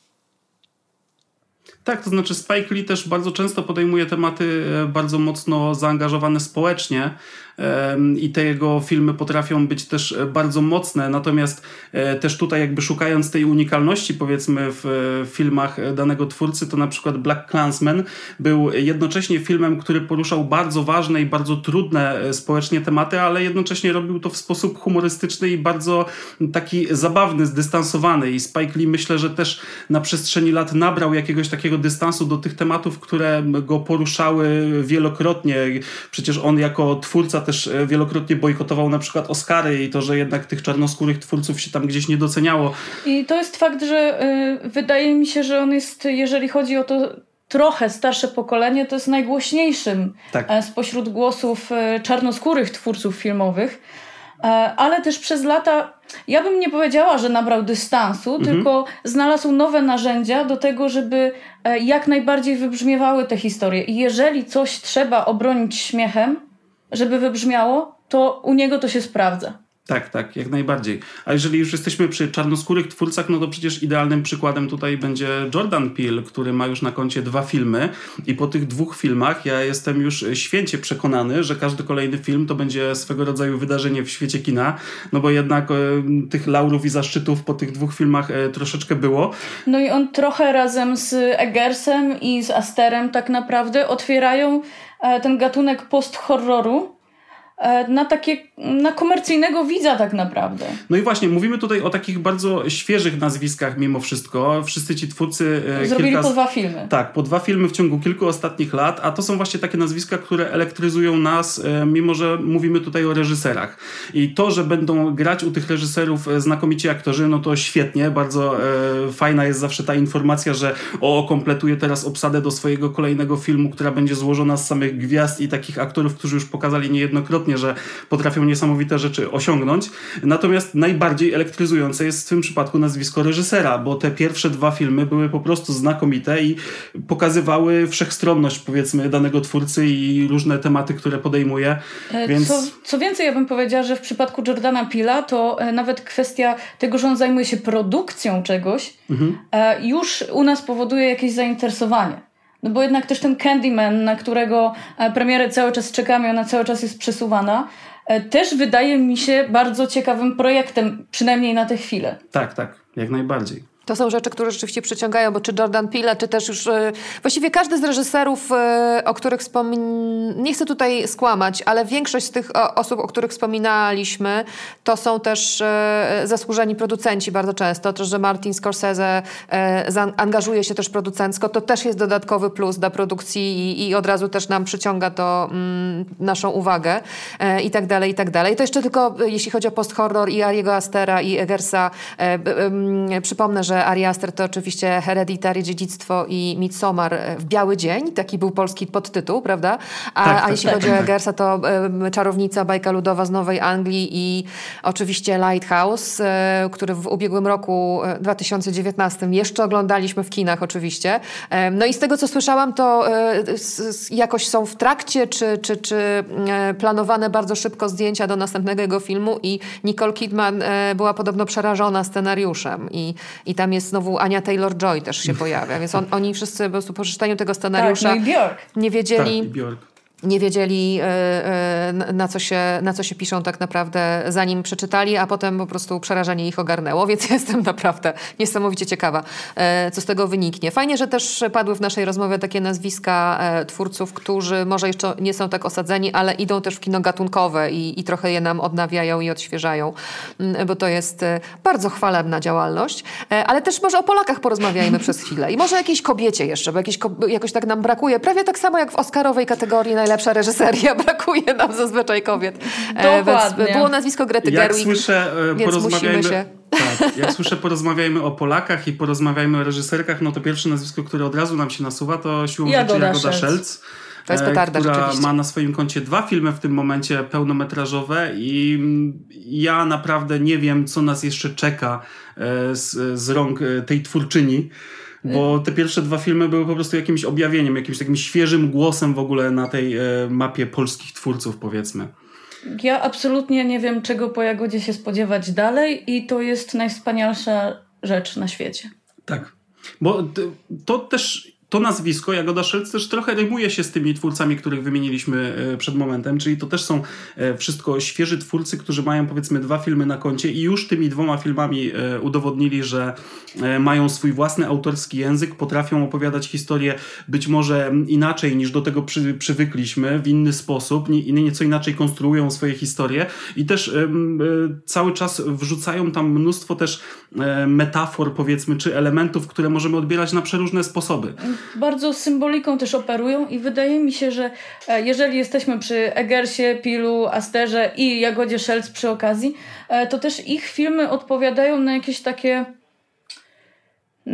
S4: Tak, to znaczy Spike Lee też bardzo często podejmuje tematy bardzo mocno zaangażowane społecznie i te jego filmy potrafią być też bardzo mocne, natomiast też tutaj jakby szukając tej unikalności, powiedzmy, w filmach danego twórcy, to na przykład Black Klansman był jednocześnie filmem, który poruszał bardzo ważne i bardzo trudne społecznie tematy, ale jednocześnie robił to w sposób humorystyczny i bardzo taki zabawny, zdystansowany i Spike Lee myślę, że też na przestrzeni lat nabrał jakiegoś takiego dystansu do tych tematów, które go poruszały wielokrotnie. Przecież on jako twórca też wielokrotnie bojkotował na przykład Oscary i to, że jednak tych czarnoskórych twórców się tam gdzieś nie doceniało.
S3: I to jest fakt, że wydaje mi się, że on jest, jeżeli chodzi o to trochę starsze pokolenie, to jest najgłośniejszym spośród głosów czarnoskórych twórców filmowych. Ale też przez lata, ja bym nie powiedziała, że nabrał dystansu, tylko znalazł nowe narzędzia do tego, żeby jak najbardziej wybrzmiewały te historie. I jeżeli coś trzeba obronić śmiechem, żeby wybrzmiało, to u niego to się sprawdza.
S4: Tak, jak najbardziej. A jeżeli już jesteśmy przy czarnoskórych twórcach, no to przecież idealnym przykładem tutaj będzie Jordan Peele, który ma już na koncie 2 filmy i po tych 2 filmach ja jestem już święcie przekonany, że każdy kolejny film to będzie swego rodzaju wydarzenie w świecie kina, no bo jednak tych laurów i zaszczytów po tych 2 filmach troszeczkę było.
S3: No i on trochę razem z Eggersem i z Asterem tak naprawdę otwierają ten gatunek post-horroru na komercyjnego widza tak naprawdę.
S4: No i właśnie, mówimy tutaj o takich bardzo świeżych nazwiskach mimo wszystko. Wszyscy ci twórcy...
S3: Zrobili po 2 filmy.
S4: Tak, po 2 filmy w ciągu kilku ostatnich lat, a to są właśnie takie nazwiska, które elektryzują nas, mimo że mówimy tutaj o reżyserach. I to, że będą grać u tych reżyserów znakomici aktorzy, no to świetnie, bardzo fajna jest zawsze ta informacja, że kompletuje teraz obsadę do swojego kolejnego filmu, która będzie złożona z samych gwiazd i takich aktorów, którzy już pokazali niejednokrotnie, że potrafią niesamowite rzeczy osiągnąć. Natomiast najbardziej elektryzujące jest w tym przypadku nazwisko reżysera, bo te pierwsze 2 filmy były po prostu znakomite i pokazywały wszechstronność, powiedzmy, danego twórcy i różne tematy, które podejmuje. Więc...
S3: Co więcej, ja bym powiedziała, że w przypadku Jordana Peela to nawet kwestia tego, że on zajmuje się produkcją czegoś, już u nas powoduje jakieś zainteresowanie. No bo jednak też ten Candyman, na którego premierę cały czas czekamy, ona cały czas jest przesuwana, też wydaje mi się bardzo ciekawym projektem, przynajmniej na tę chwilę.
S4: Tak, jak najbardziej.
S1: To są rzeczy, które rzeczywiście przyciągają, bo czy Jordan Peele, czy też już właściwie każdy z reżyserów, o których nie chcę tutaj skłamać, ale większość z tych osób, o których wspominaliśmy, to są też zasłużeni producenci bardzo często. To, że Martin Scorsese angażuje się też producencko, to też jest dodatkowy plus dla produkcji i od razu też nam przyciąga to naszą uwagę i tak dalej, i tak dalej. To jeszcze tylko, jeśli chodzi o post-horror i Ariego Astera i Eggersa, przypomnę, że Ari Aster to oczywiście Hereditary, Dziedzictwo i Midsommar w biały dzień. Taki był polski podtytuł, prawda? A jeśli chodzi o Eggersa, to Czarownica, bajka ludowa z Nowej Anglii i oczywiście Lighthouse, który w ubiegłym roku 2019 jeszcze oglądaliśmy w kinach oczywiście. No i z tego, co słyszałam, to jakoś są w trakcie, czy planowane bardzo szybko zdjęcia do następnego jego filmu i Nicole Kidman była podobno przerażona scenariuszem i tam jest znowu Ania Taylor-Joy też się pojawia, więc oni wszyscy po prostu po przeczytaniu tego scenariusza
S3: tak, no i Björk.
S1: nie wiedzieli na co się piszą tak naprawdę, zanim przeczytali, a potem po prostu przerażenie ich ogarnęło, więc jestem naprawdę niesamowicie ciekawa, co z tego wyniknie. Fajnie, że też padły w naszej rozmowie takie nazwiska twórców, którzy może jeszcze nie są tak osadzeni, ale idą też w kino gatunkowe i trochę je nam odnawiają i odświeżają, bo to jest bardzo chwalebna działalność. Ale też może o Polakach porozmawiajmy przez chwilę i może jakiejś kobiecie jeszcze, bo jakoś tak nam brakuje, prawie tak samo jak w oscarowej kategorii najlepsza reżyseria, brakuje nam zazwyczaj kobiet.
S3: Dokładnie.
S1: Było nazwisko Grety Gerwig,
S4: słyszę,
S1: więc musimy się...
S4: Tak, jak słyszę porozmawiajmy o Polakach i porozmawiajmy o reżyserkach, no to pierwsze nazwisko, które od razu nam się nasuwa, to siłą rzeczy Jagoda Szelc.
S1: To jest petarda,
S4: która ma na swoim koncie 2 filmy w tym momencie pełnometrażowe i ja naprawdę nie wiem, co nas jeszcze czeka z rąk tej twórczyni. Bo te pierwsze 2 filmy były po prostu jakimś objawieniem, jakimś takim świeżym głosem w ogóle na tej mapie polskich twórców, powiedzmy.
S3: Ja absolutnie nie wiem, czego po Jagodzie się spodziewać dalej i to jest najwspanialsza rzecz na świecie.
S4: Tak, bo to też... To nazwisko, Jagoda Szelc, też trochę rymuje się z tymi twórcami, których wymieniliśmy przed momentem, czyli to też są wszystko świeży twórcy, którzy mają powiedzmy 2 filmy na koncie i już tymi 2 filmami udowodnili, że mają swój własny autorski język, potrafią opowiadać historię być może inaczej niż do tego przywykliśmy, w inny sposób, nieco inaczej konstruują swoje historie i też cały czas wrzucają tam mnóstwo też metafor, powiedzmy, czy elementów, które możemy odbierać na przeróżne sposoby.
S3: Bardzo symboliką też operują i wydaje mi się, że jeżeli jesteśmy przy Eggersie, Peelu, Asterze i Jagodzie Szelc przy okazji, to też ich filmy odpowiadają na jakieś takie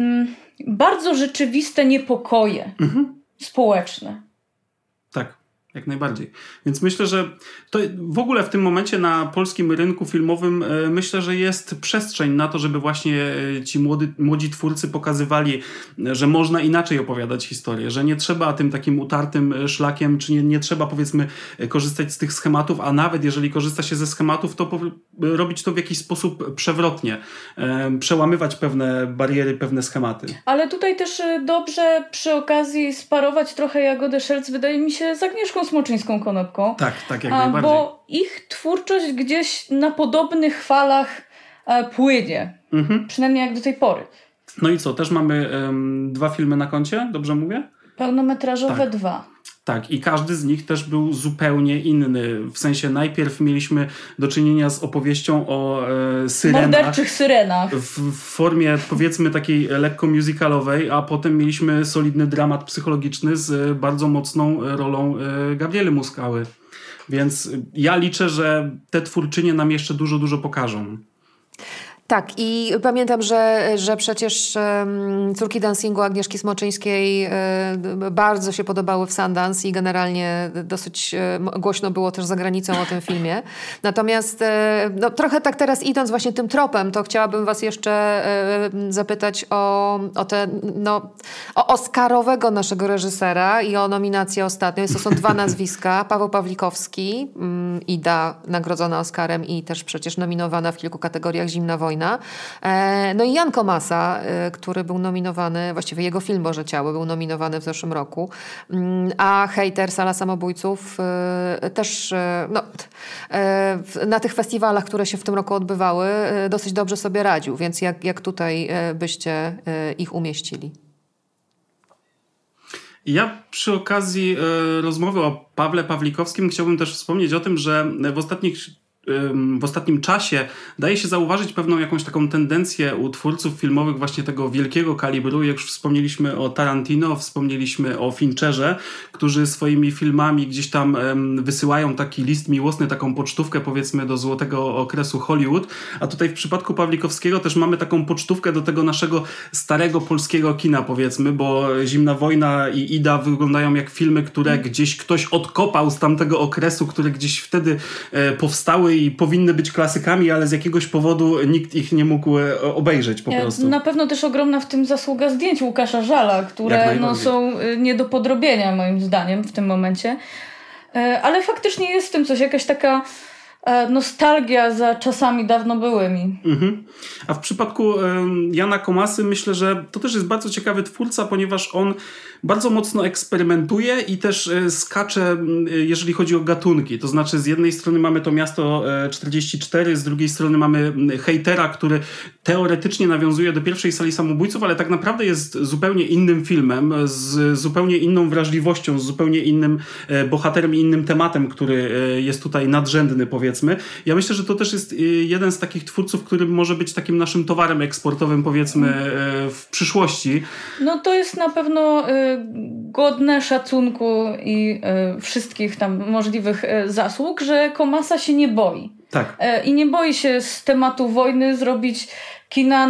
S3: bardzo rzeczywiste niepokoje społeczne.
S4: Tak. Jak najbardziej. Więc myślę, że to w ogóle w tym momencie na polskim rynku filmowym myślę, że jest przestrzeń na to, żeby właśnie ci młodzi twórcy pokazywali, że można inaczej opowiadać historię, że nie trzeba tym takim utartym szlakiem, czy nie trzeba powiedzmy korzystać z tych schematów, a nawet jeżeli korzysta się ze schematów, to robić to w jakiś sposób przewrotnie, przełamywać pewne bariery, pewne schematy.
S3: Ale tutaj też dobrze przy okazji sparować trochę Jagodę Szelc, wydaje mi się, z Agnieszką Smoczyńską-Konopką.
S4: Tak, jak najbardziej.
S3: Bo ich twórczość gdzieś na podobnych falach płynie. Przynajmniej jak do tej pory.
S4: No i co, też mamy 2 filmy na koncie, dobrze mówię?
S3: Pełnometrażowe 2.
S4: Tak, i każdy z nich też był zupełnie inny. W sensie najpierw mieliśmy do czynienia z opowieścią o syrenach.
S3: Morderczych syrenach.
S4: W formie powiedzmy takiej lekko musicalowej, a potem mieliśmy solidny dramat psychologiczny z bardzo mocną rolą Gabriely Muskały. Więc ja liczę, że te twórczynie nam jeszcze dużo pokażą.
S1: Tak, i pamiętam, że przecież Córki dancingu Agnieszki Smoczyńskiej bardzo się podobały w Sundance i generalnie dosyć głośno było też za granicą o tym filmie. Natomiast no, trochę tak teraz idąc właśnie tym tropem, to chciałabym was jeszcze zapytać o oscarowego naszego reżysera i o nominację ostatnią. To są 2 nazwiska. Paweł Pawlikowski, Ida nagrodzona Oscarem i też przecież nominowana w kilku kategoriach Zimna wojna. No i Jan Komasa, który był nominowany, właściwie jego film Boże Ciało był nominowany w zeszłym roku, a Hejter, Sala Samobójców też na tych festiwalach, które się w tym roku odbywały, dosyć dobrze sobie radził, więc jak tutaj byście ich umieścili?
S4: Ja przy okazji rozmowy o Pawle Pawlikowskim chciałbym też wspomnieć o tym, że w ostatnim czasie daje się zauważyć pewną jakąś taką tendencję u twórców filmowych właśnie tego wielkiego kalibru. Jak już wspomnieliśmy o Tarantino, wspomnieliśmy o Fincherze, którzy swoimi filmami gdzieś tam wysyłają taki list miłosny, taką pocztówkę powiedzmy do złotego okresu Hollywood, a tutaj w przypadku Pawlikowskiego też mamy taką pocztówkę do tego naszego starego polskiego kina powiedzmy, bo Zimna wojna i Ida wyglądają jak filmy, które gdzieś ktoś odkopał z tamtego okresu, które gdzieś wtedy powstały i powinny być klasykami, ale z jakiegoś powodu nikt ich nie mógł obejrzeć po prostu.
S3: Na pewno też ogromna w tym zasługa zdjęć Łukasza Żala, które są nie do podrobienia moim zdaniem w tym momencie. Ale faktycznie jest w tym coś, jakaś taka nostalgia za czasami dawno byłymi.
S4: A w przypadku Jana Komasy myślę, że to też jest bardzo ciekawy twórca, ponieważ on bardzo mocno eksperymentuje i też skacze, jeżeli chodzi o gatunki. To znaczy z jednej strony mamy to Miasto 44, z drugiej strony mamy Hejtera, który teoretycznie nawiązuje do pierwszej Sali Samobójców, ale tak naprawdę jest zupełnie innym filmem, z zupełnie inną wrażliwością, z zupełnie innym bohaterem i innym tematem, który jest tutaj nadrzędny, powiedzmy. Ja myślę, że to też jest jeden z takich twórców, który może być takim naszym towarem eksportowym, powiedzmy, w przyszłości.
S3: No to jest na pewno godne szacunku i wszystkich tam możliwych zasług, że Komasa się nie boi.
S4: Tak.
S3: I nie boi się z tematu wojny zrobić kina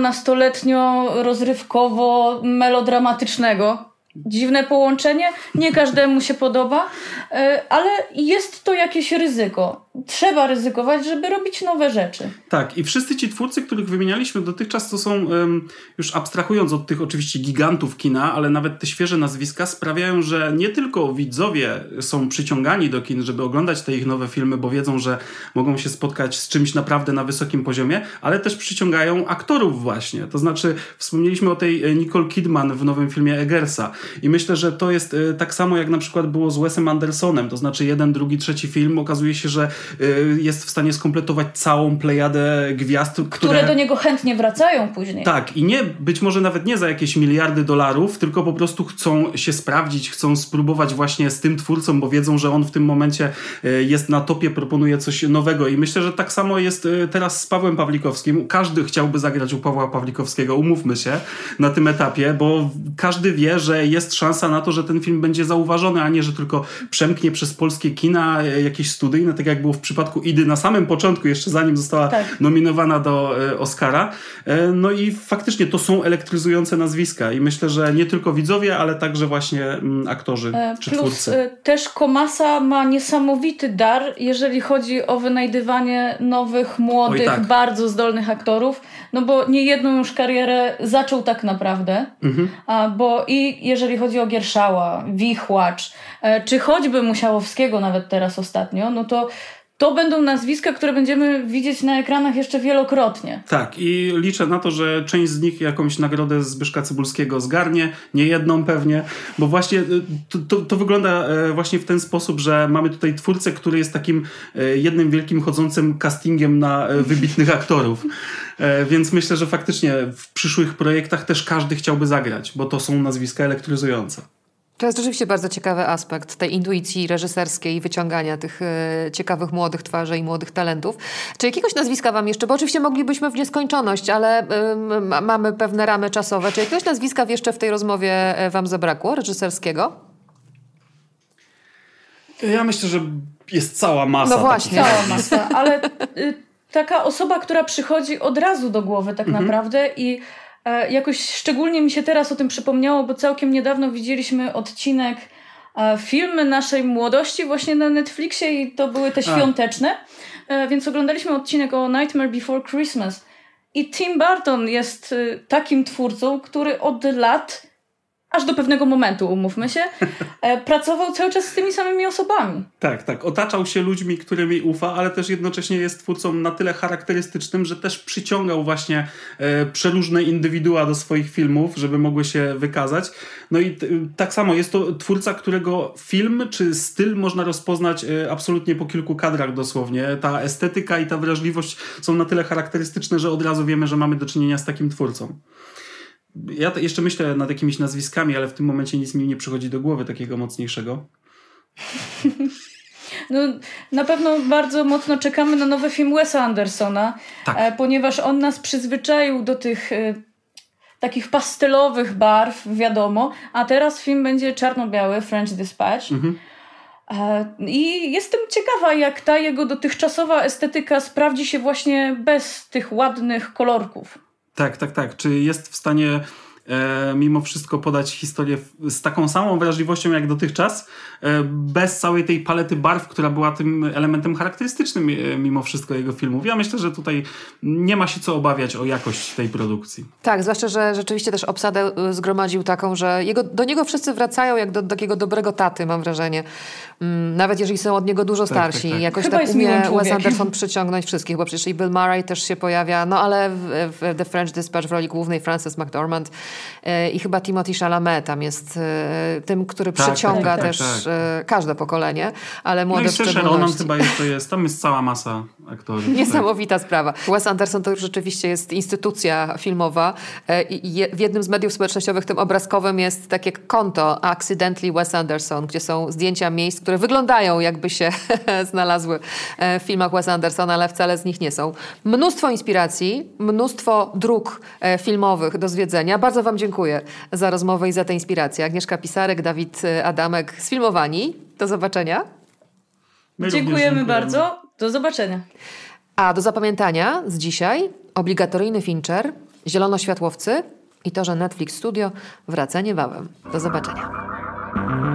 S3: nastoletnio-rozrywkowo-melodramatycznego. Dziwne połączenie, nie każdemu się podoba, ale jest to jakieś ryzyko. Trzeba ryzykować, żeby robić nowe rzeczy.
S4: Tak, i wszyscy ci twórcy, których wymienialiśmy dotychczas, to są, już abstrahując od tych oczywiście gigantów kina, ale nawet te świeże nazwiska sprawiają, że nie tylko widzowie są przyciągani do kin, żeby oglądać te ich nowe filmy, bo wiedzą, że mogą się spotkać z czymś naprawdę na wysokim poziomie, ale też przyciągają aktorów właśnie. To znaczy, wspomnieliśmy o tej Nicole Kidman w nowym filmie Eggersa i myślę, że to jest tak samo jak na przykład było z Wesem Andersonem, to znaczy 1, 2, 3 film okazuje się, że jest w stanie skompletować całą plejadę gwiazd,
S3: które do niego chętnie wracają później.
S4: Tak, i nie, być może nawet nie za jakieś miliardy dolarów, tylko po prostu chcą się sprawdzić, chcą spróbować właśnie z tym twórcą, bo wiedzą, że on w tym momencie jest na topie, proponuje coś nowego i myślę, że tak samo jest teraz z Pawłem Pawlikowskim. Każdy chciałby zagrać u Pawła Pawlikowskiego, umówmy się, na tym etapie, bo każdy wie, że jest szansa na to, że ten film będzie zauważony, a nie, że tylko przemknie przez polskie kina jakieś studyjne, tak jak było w przypadku Idy na samym początku, jeszcze zanim została nominowana do Oscara. No i faktycznie to są elektryzujące nazwiska i myślę, że nie tylko widzowie, ale także właśnie aktorzy czy twórcy.
S3: Plus też Komasa ma niesamowity dar, jeżeli chodzi o wynajdywanie nowych, młodych, bardzo zdolnych aktorów, no bo niejedną już karierę zaczął tak naprawdę, bo i jeżeli chodzi o Gierszała, Wichłacz, czy choćby Musiałowskiego nawet teraz ostatnio, no to będą nazwiska, które będziemy widzieć na ekranach jeszcze wielokrotnie.
S4: Tak, i liczę na to, że część z nich jakąś nagrodę Zbyszka Cybulskiego zgarnie, nie jedną pewnie, bo właśnie to wygląda właśnie w ten sposób, że mamy tutaj twórcę, który jest takim jednym wielkim chodzącym castingiem na wybitnych aktorów. Więc myślę, że faktycznie w przyszłych projektach też każdy chciałby zagrać, bo to są nazwiska elektryzujące.
S1: To jest rzeczywiście bardzo ciekawy aspekt tej intuicji reżyserskiej, wyciągania tych ciekawych młodych twarzy i młodych talentów. Czy jakiegoś nazwiska wam jeszcze, bo oczywiście moglibyśmy w nieskończoność, ale mamy pewne ramy czasowe. Czy jakiegoś nazwiska jeszcze w tej rozmowie wam zabrakło, reżyserskiego?
S4: Ja myślę, że jest cała masa.
S1: No właśnie.
S3: Cała masa, ale taka osoba, która przychodzi od razu do głowy tak naprawdę i jakoś szczególnie mi się teraz o tym przypomniało, bo całkiem niedawno widzieliśmy odcinek filmy naszej młodości właśnie na Netflixie i to były te świąteczne, więc oglądaliśmy odcinek o Nightmare Before Christmas i Tim Burton jest takim twórcą, który od lat, aż do pewnego momentu, umówmy się, pracował cały czas z tymi samymi osobami.
S4: Tak. Otaczał się ludźmi, którymi ufa, ale też jednocześnie jest twórcą na tyle charakterystycznym, że też przyciągał właśnie przeróżne indywidua do swoich filmów, żeby mogły się wykazać. No i tak samo jest to twórca, którego film czy styl można rozpoznać absolutnie po kilku kadrach dosłownie. Ta estetyka i ta wrażliwość są na tyle charakterystyczne, że od razu wiemy, że mamy do czynienia z takim twórcą. Ja jeszcze myślę nad jakimiś nazwiskami, ale w tym momencie nic mi nie przychodzi do głowy takiego mocniejszego.
S3: No, na pewno bardzo mocno czekamy na nowy film Wesa Andersona, ponieważ on nas przyzwyczaił do tych takich pastelowych barw, wiadomo, a teraz film będzie czarno-biały, French Dispatch. I jestem ciekawa, jak ta jego dotychczasowa estetyka sprawdzi się właśnie bez tych ładnych kolorków.
S4: Tak. Czy jest w stanie mimo wszystko podać historię z taką samą wrażliwością jak dotychczas, bez całej tej palety barw, która była tym elementem charakterystycznym mimo wszystko jego filmów. Ja myślę, że tutaj nie ma się co obawiać o jakość tej produkcji. Tak,
S1: zwłaszcza, że rzeczywiście też obsadę zgromadził taką, że do niego wszyscy wracają jak do takiego dobrego taty, mam wrażenie. Nawet jeżeli są od niego dużo starsi. Tak. Jakoś chyba tak umie Wes Anderson przyciągnąć wszystkich, bo przecież i Bill Murray też się pojawia, no ale w The French Dispatch w roli głównej Frances McDormand i chyba Timothée Chalamet tam jest tym, który przyciąga też każde pokolenie, ale młode w szczególności.
S4: No i Saoirse chyba jeszcze jest, tam jest cała masa aktorów.
S1: Niesamowita sprawa. Wes Anderson to już rzeczywiście jest instytucja filmowa i w jednym z mediów społecznościowych, tym obrazkowym, jest takie konto Accidentally Wes Anderson, gdzie są zdjęcia miejsc, które wyglądają jakby się znalazły w filmach Wesa Andersona, ale wcale z nich nie są. Mnóstwo inspiracji, mnóstwo dróg filmowych do zwiedzenia. Bardzo wam dziękuję za rozmowę i za tę inspirację. Agnieszka Pisarek, Dawid Adamek, Sfilmowani. Do zobaczenia.
S3: Dziękujemy bardzo. Do zobaczenia.
S1: A do zapamiętania z dzisiaj obligatoryjny Fincher, Zielonoświatłowcy i to, że Netflix Studio wraca niebawem. Do zobaczenia.